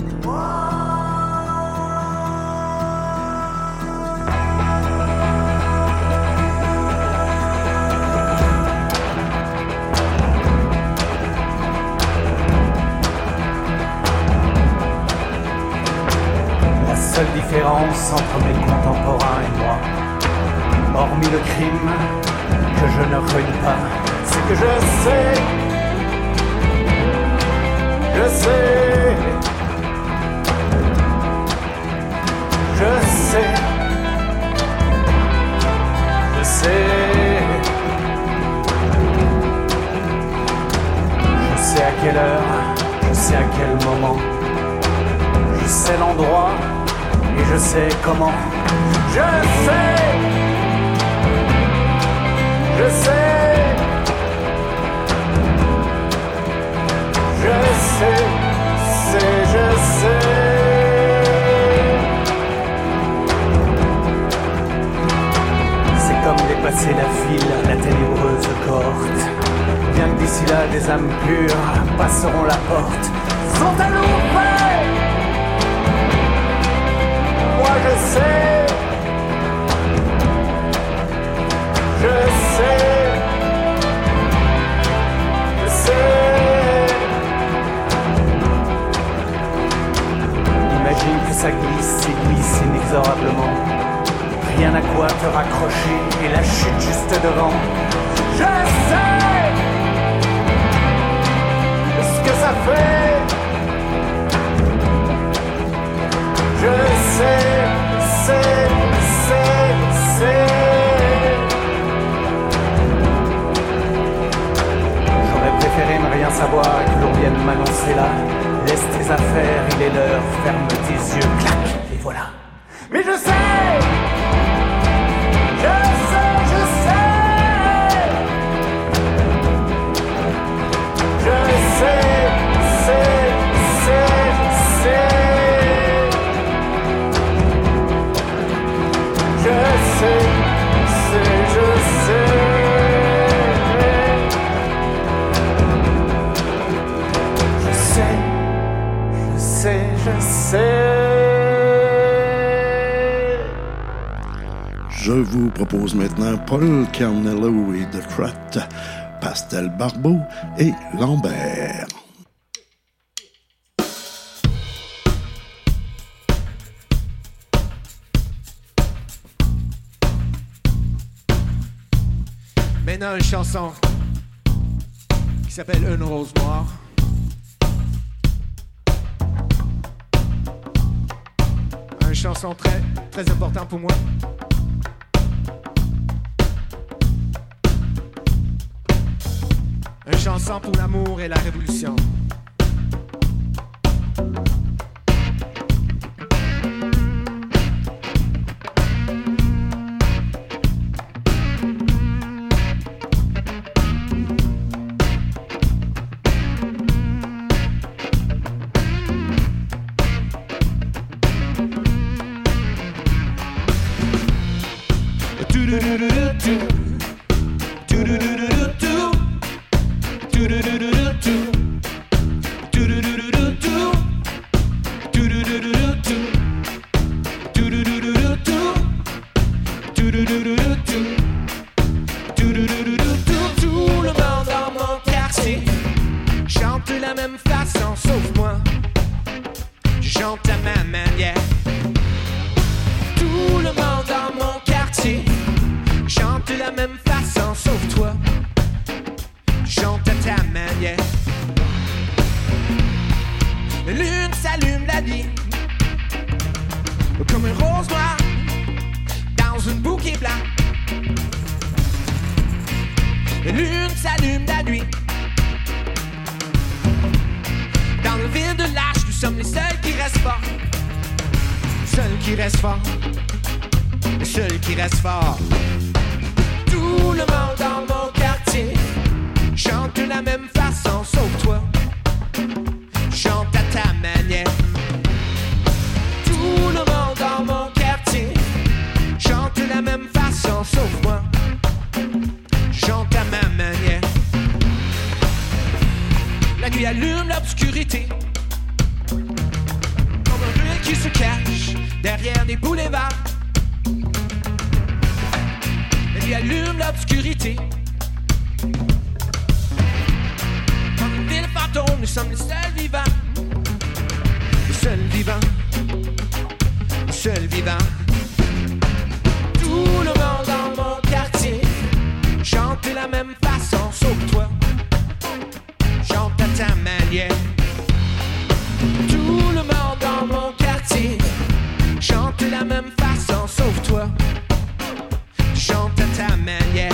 La seule différence entre mes contemporains et moi, hormis le crime que je ne renie pas, c'est que je sais, je sais, je sais, je sais, je sais à quelle heure, je sais à quel moment, je sais l'endroit et je sais comment, je sais, je sais, je sais, c'est, je sais. C'est comme dépasser la file, la ténébreuse cohorte. Bien que d'ici là, des âmes pures passeront la porte. Sont à louper. Moi je sais. Je sais, je sais. Imagine que ça glisse et glisse inexorablement. Rien à quoi te raccrocher et la chute juste devant. Je sais ce que ça fait. Je sais, c'est, c'est, c'est. Préférer ne rien savoir et que l'on vienne m'annoncer là. Laisse tes affaires, il est l'heure, ferme tes yeux, clac, et voilà. Mais je sais, je sais, je sais, je sais, c'est, c'est, c'est, je sais, c'est, je sais. Je sais. Je vous propose maintenant Paul Carnello et The Trot, Pastel Barbeau et Lambert. Maintenant une chanson qui s'appelle Une rose noire. Une chanson très, très importante pour moi. Une chanson pour l'amour et la révolution. La nuit allume l'obscurité, comme un ruelle qui se cache derrière des boulevards. La nuit allume l'obscurité, comme une ville fantôme, nous sommes les seuls vivants. Les seuls vivants, les seuls vivants. Tout le monde dans mon quartier chante de la même façon, sauf toi. Chante à ta manière. Tout le monde dans mon quartier chante de la même façon, sauf toi. Chante à ta manière.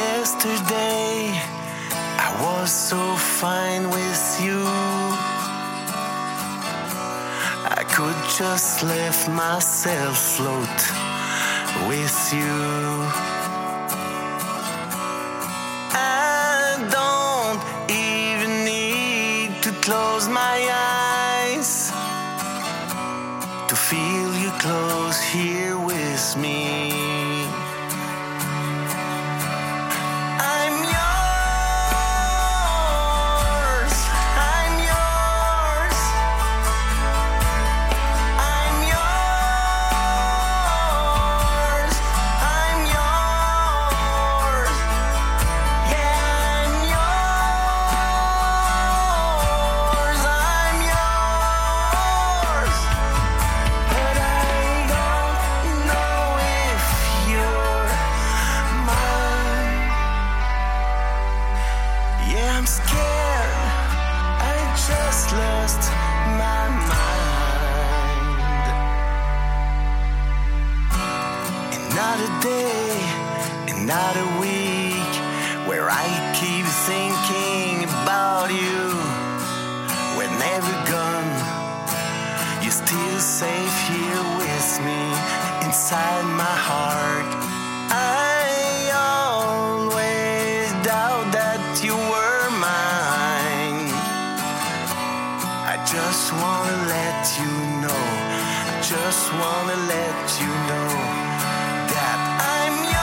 Yesterday I was so fine with you. I could just let myself float with you. I don't even need to close my eyes to feel you close here with me. Not a week where I keep thinking about you. We're never gone. You're still safe here with me inside my heart. I always doubt that you were mine. I just wanna let you know. I just wanna let you know that I'm yours.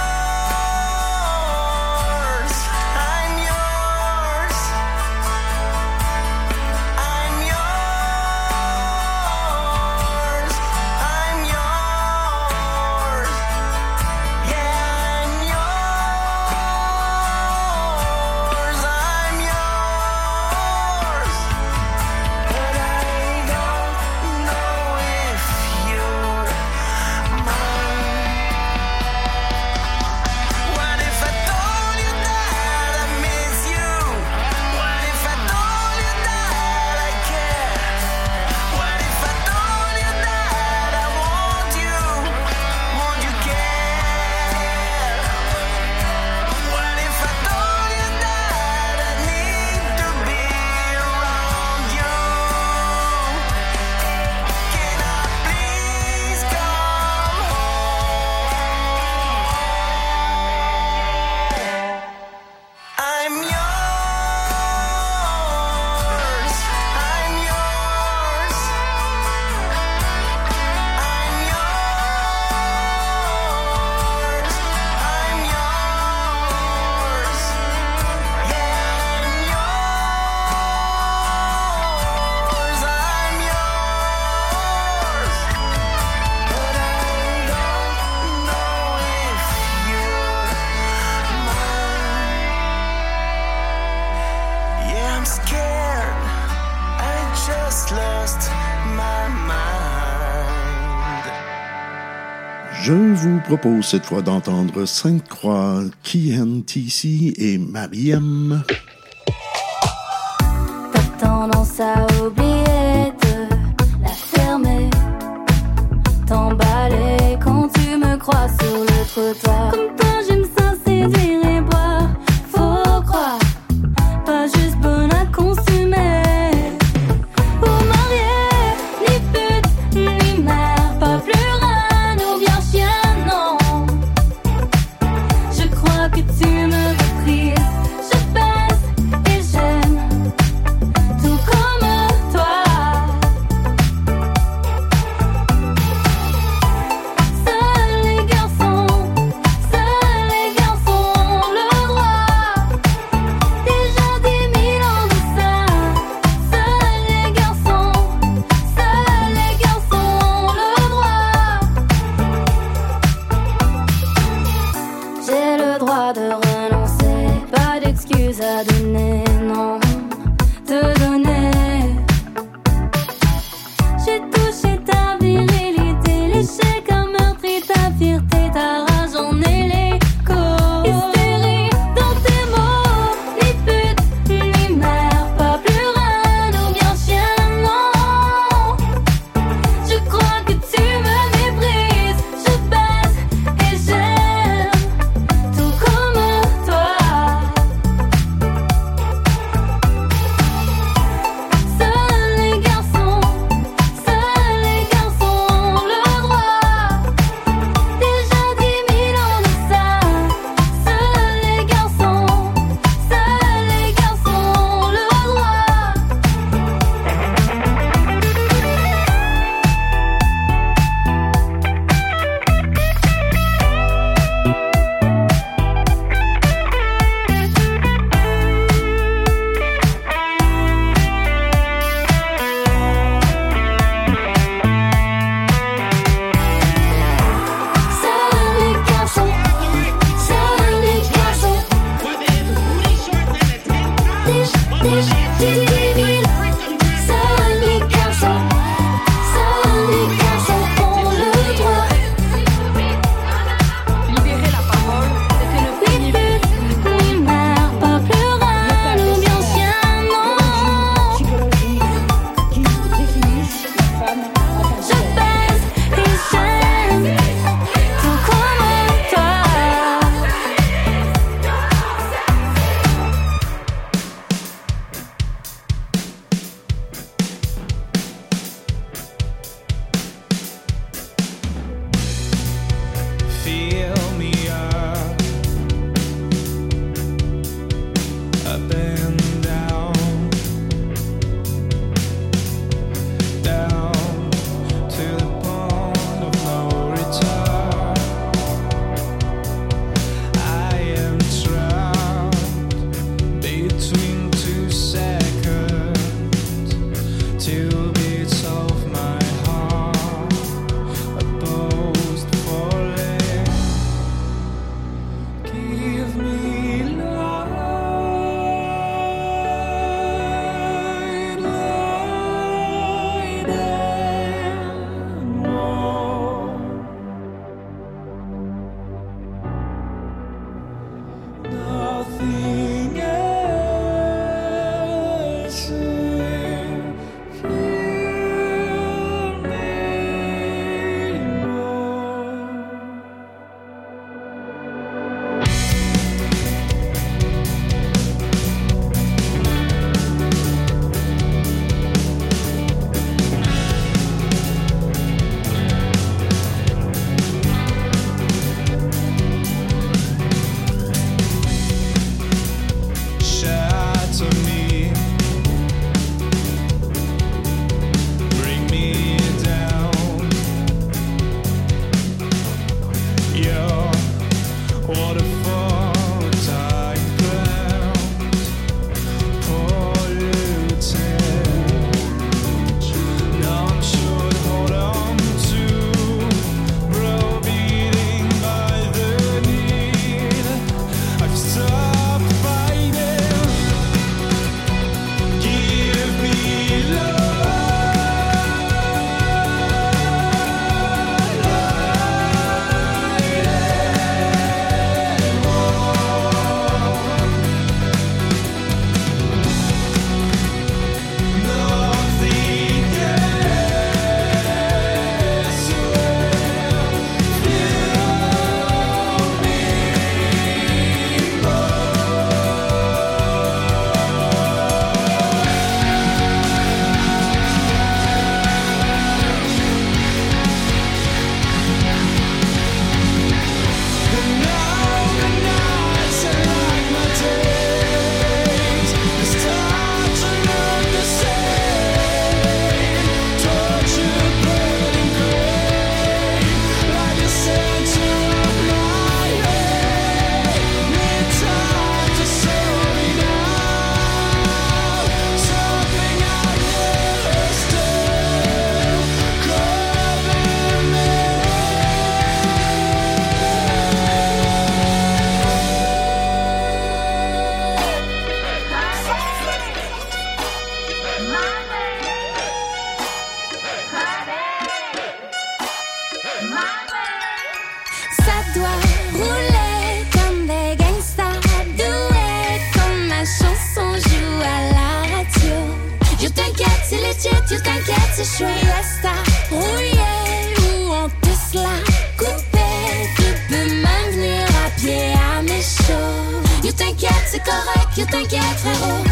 Je vous propose cette fois d'entendre Sainte-Croix, K N T C et Mariam. T'as tendance à oublier de la fermer, t'emballer quand tu me crois sur le trottoir. Comme toi j'aime ça séduire et boire, faut croire, pas juste bonne à consommer. Pour marier, ni pute, ni mère, pas plus reine ou bien chien, non. Je crois que tu me reprises, je baisse et j'aime, tout comme toi. Seuls les garçons, seuls les garçons ont le droit. Déjà dix mille ans de ça. Seuls les garçons, seuls les garçons ont le droit. J'ai le droit de renoncer, pas d'excuses à donner, non, te donner. J'ai touché ta virilité, l'échec a meurtri ta fierté, ta rage en est l'écho. Hystérie dans tes mots, ni pute, ni mère, pas plus reine ou bien chien, non. Je crois que tu me méprises, je baisse et j'aime, tout comme shit, tu t'inquiètes, c'est chouette. Fiesta, rouillé ou en Tesla, coupé, tu peux même venir à pied à mes shows. You t'inquiète, c'est correct, you t'inquiète, frérot.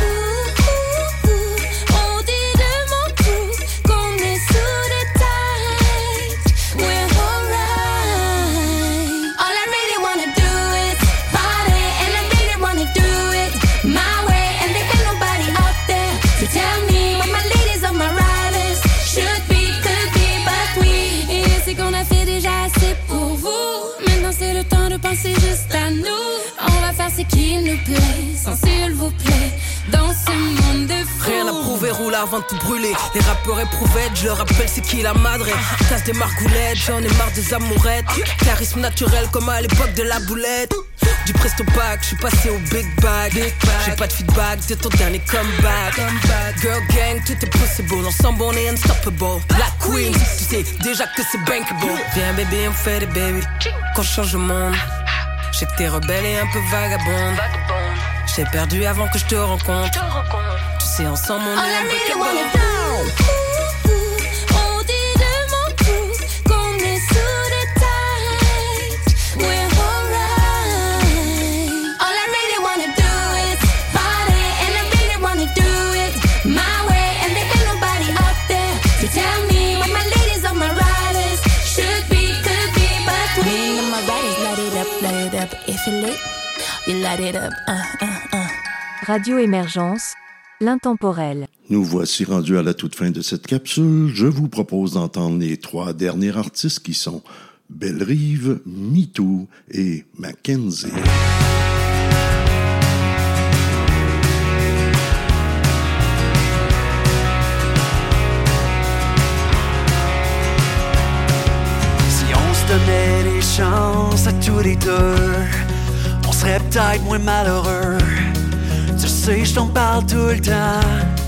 C'est juste à nous, on va faire ce qu'il nous plaît, sans s'il vous plaît, dans ce monde de fous. Rien à prouver, roule avant de tout brûler. Les rappeurs éprouvettes, je leur rappelle c'est qui la madre. Casse des margoulettes, j'en ai marre des amourettes. Charisme naturel comme à l'époque de la boulette. Du presto pack, je suis passé au big bag. J'ai pas de feedback, c'est ton dernier comeback. Girl gang, tout est possible, ensemble on est unstoppable. Black Queen, tu sais déjà que c'est bankable. Viens baby, on fait des baby, qu'on change le monde. J'sais que t'es rebelle et un peu vagabonde. J't'ai perdu avant que je te rencontre. Tu sais, ensemble on est unbreakable. Radio Émergence, l'intemporel. Nous voici rendus à la toute fin de cette capsule. Je vous propose d'entendre les trois derniers artistes qui sont Belle-Rive, MeToo et Mackenzie. Si on se donnait les chances à tous les deux, on serait peut-être moins malheureux. Tu sais, je t'en parle tout le temps.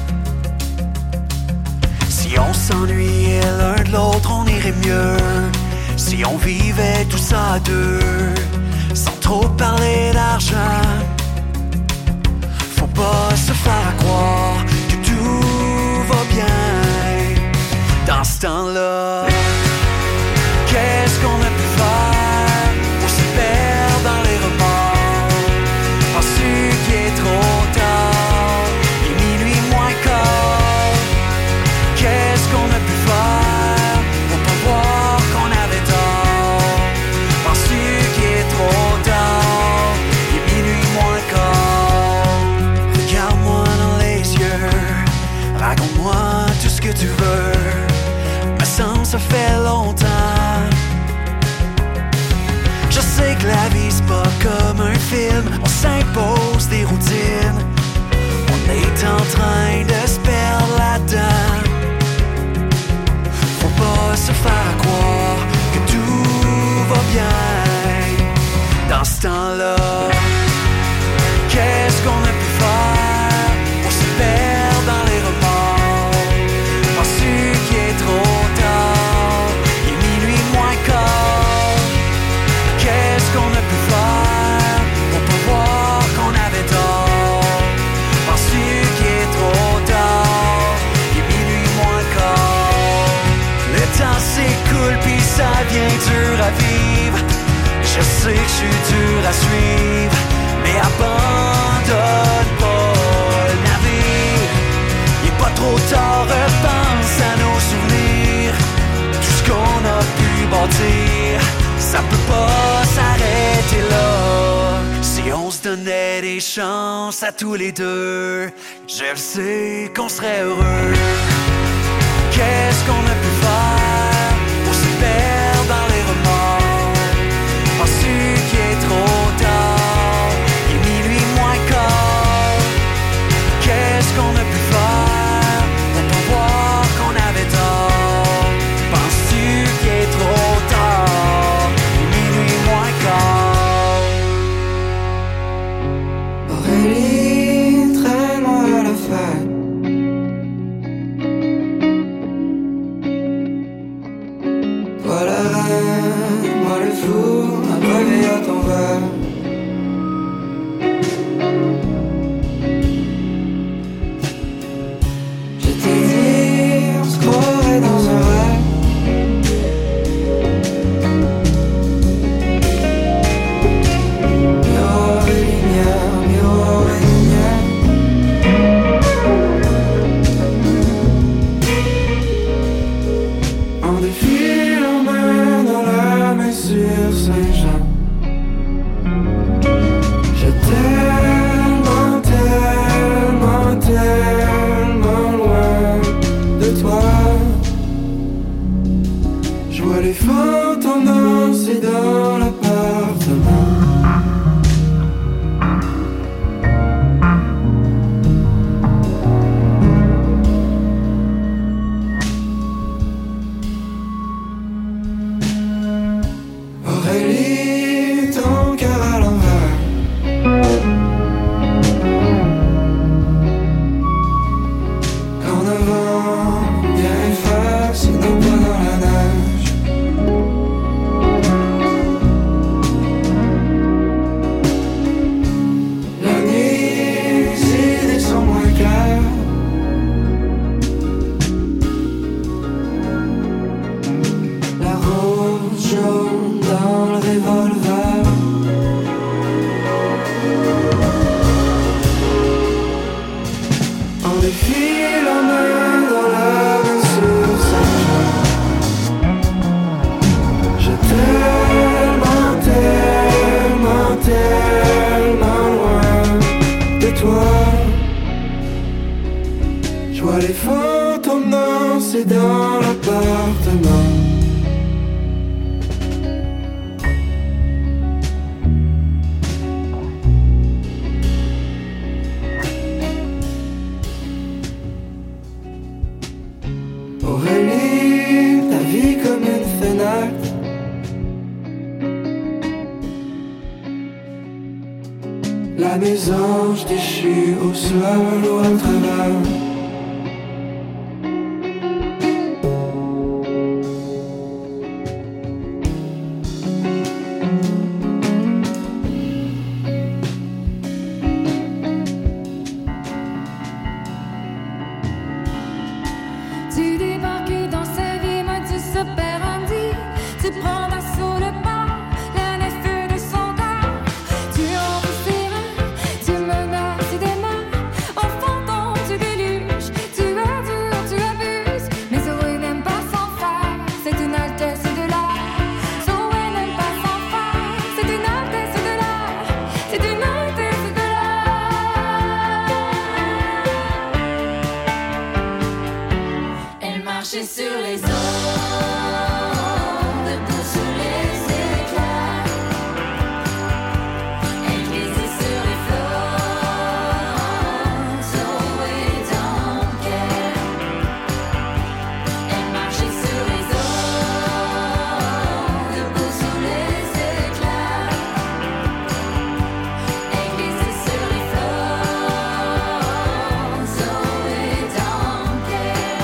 Si on s'ennuyait l'un de l'autre, on irait mieux. Si on vivait tout ça à deux, sans trop parler d'argent. Faut pas se faire croire que tout va bien. Dans ce temps-là, qu'est-ce qu'on a pu faire pour se perdre dans les remords? Penses-tu qu'il est trop tard? Il est minuit moins quart. Qu'est-ce qu'on a pu faire pour pas voir qu'on avait tort? Penses-tu qu'il est trop tard? Il est minuit moins quart. Regarde-moi dans les yeux, raconte-moi tout ce que tu veux. Me semble ça fait longtemps. Je sais que la vie c'est pas comme un film, on s'impose des routines. On est en train de se perdre là-dedans. Faut pas se faire croire que tout va bien. Dans ce temps-là, qu'est-ce qu'on a pu faire pour se perdre dans les remords? Penses-tu qu'il est trop tard? Il est minuit moins quart. Qu'est-ce qu'on a pu faire pour pas voir qu'on avait tort? Penses-tu qu'il est trop tard? Il est minuit moins quart. Le temps s'écoule pis ça devient dur à vivre. Je sais que je suis dur à suivre, mais abandonne pas le navire. Il est pas trop tard, repense à nos souvenirs. Tout ce qu'on a pu bâtir, ça peut pas s'arrêter là. Si on se donnait des chances à tous les deux, je le sais qu'on serait heureux. Qu'est-ce qu'on a pu faire pour se perdre dans les remords? Penses-tu qu'il est trop tard? Il est minuit moins quart. Qu'est-ce qu'on a pu faire pour pas voir qu'on avait tort? Penses-tu qu'il est trop tard? Il est minuit moins quart. Aurélie, traîne-moi à la fête. soir, je vois les fantômes danser dans l'appartement. Aurélie, ta vie comme une fenêtre. La mésange déchue au sol ou à travers. Tu débarques dans sa vie, modus operandi. Tu prends d'assaut le pas, l'un effet de son corps. Tu envoies ses mains, tu menaces des mains. En fendant, tu déluges, tu endures, tu abuses. Mais Zoé n'aime pas sans faire, c'est une altesse de l'art. Zoé n'aime pas sans faire, c'est une altesse de l'art. C'est une altesse de l'art. Elle marchait sur les ondes, debout sous les éclats. Elle glissait sur les flots, Zoé donc elle. Elle marchait sur les ondes, debout sous les éclats. Elle glissait sur les flots, Zoé donc elle.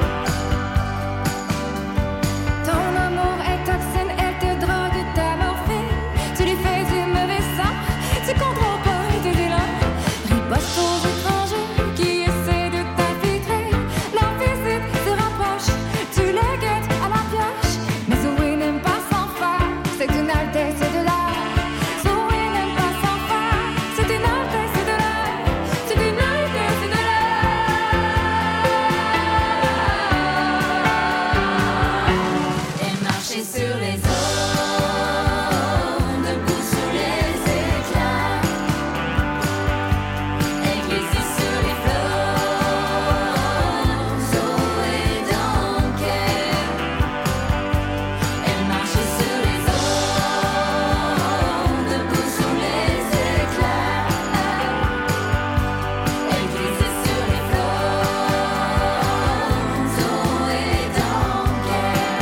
Ton amour est toxine, elle te drogue ta morphine. Tu lui fais du mauvais sang, tu contrôles pas tes délires. Riposte aux étrangers qui essaient de t'infiltrer. Leur visite se rapproche, tu les guettes à la pioche. Mais Zoé n'aime pas sans faire, c'est une altesse de l'art. Zoé n'aime pas sans faire, c'est une altesse de l'art. C'est une altesse de l'art. Elle marchait sur les ondes, debout sous les éclats. Elle glissait sur les flots, Zoé donc elle. Elle marchait sur les ondes, debout sous les éclats. Elle glissait sur les flots, Zoé donc elle.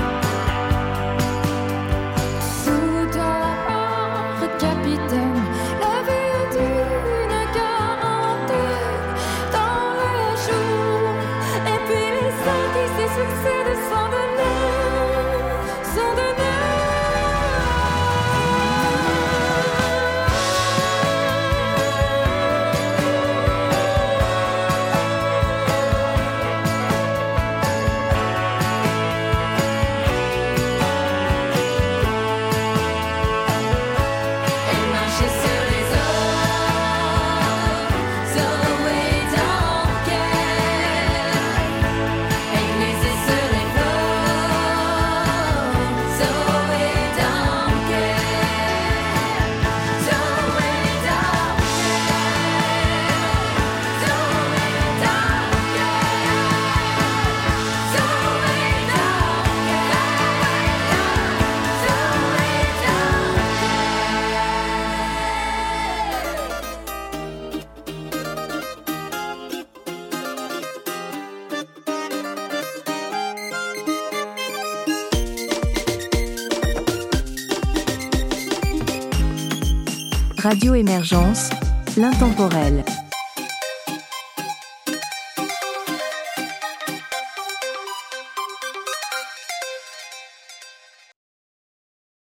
Sous ton rapport, capitaine, la vie d'une quarantaine dans le jour. Et puis les sangs qui se succèdent sont de neuf, sont de Elle marchait sur les ondes, Zoé donc elle. Elle glissait sur les flots, Zoé donc elle. Zoé donc elle. Zoé donc elle. Zoé Radio Émergence, l'intemporel.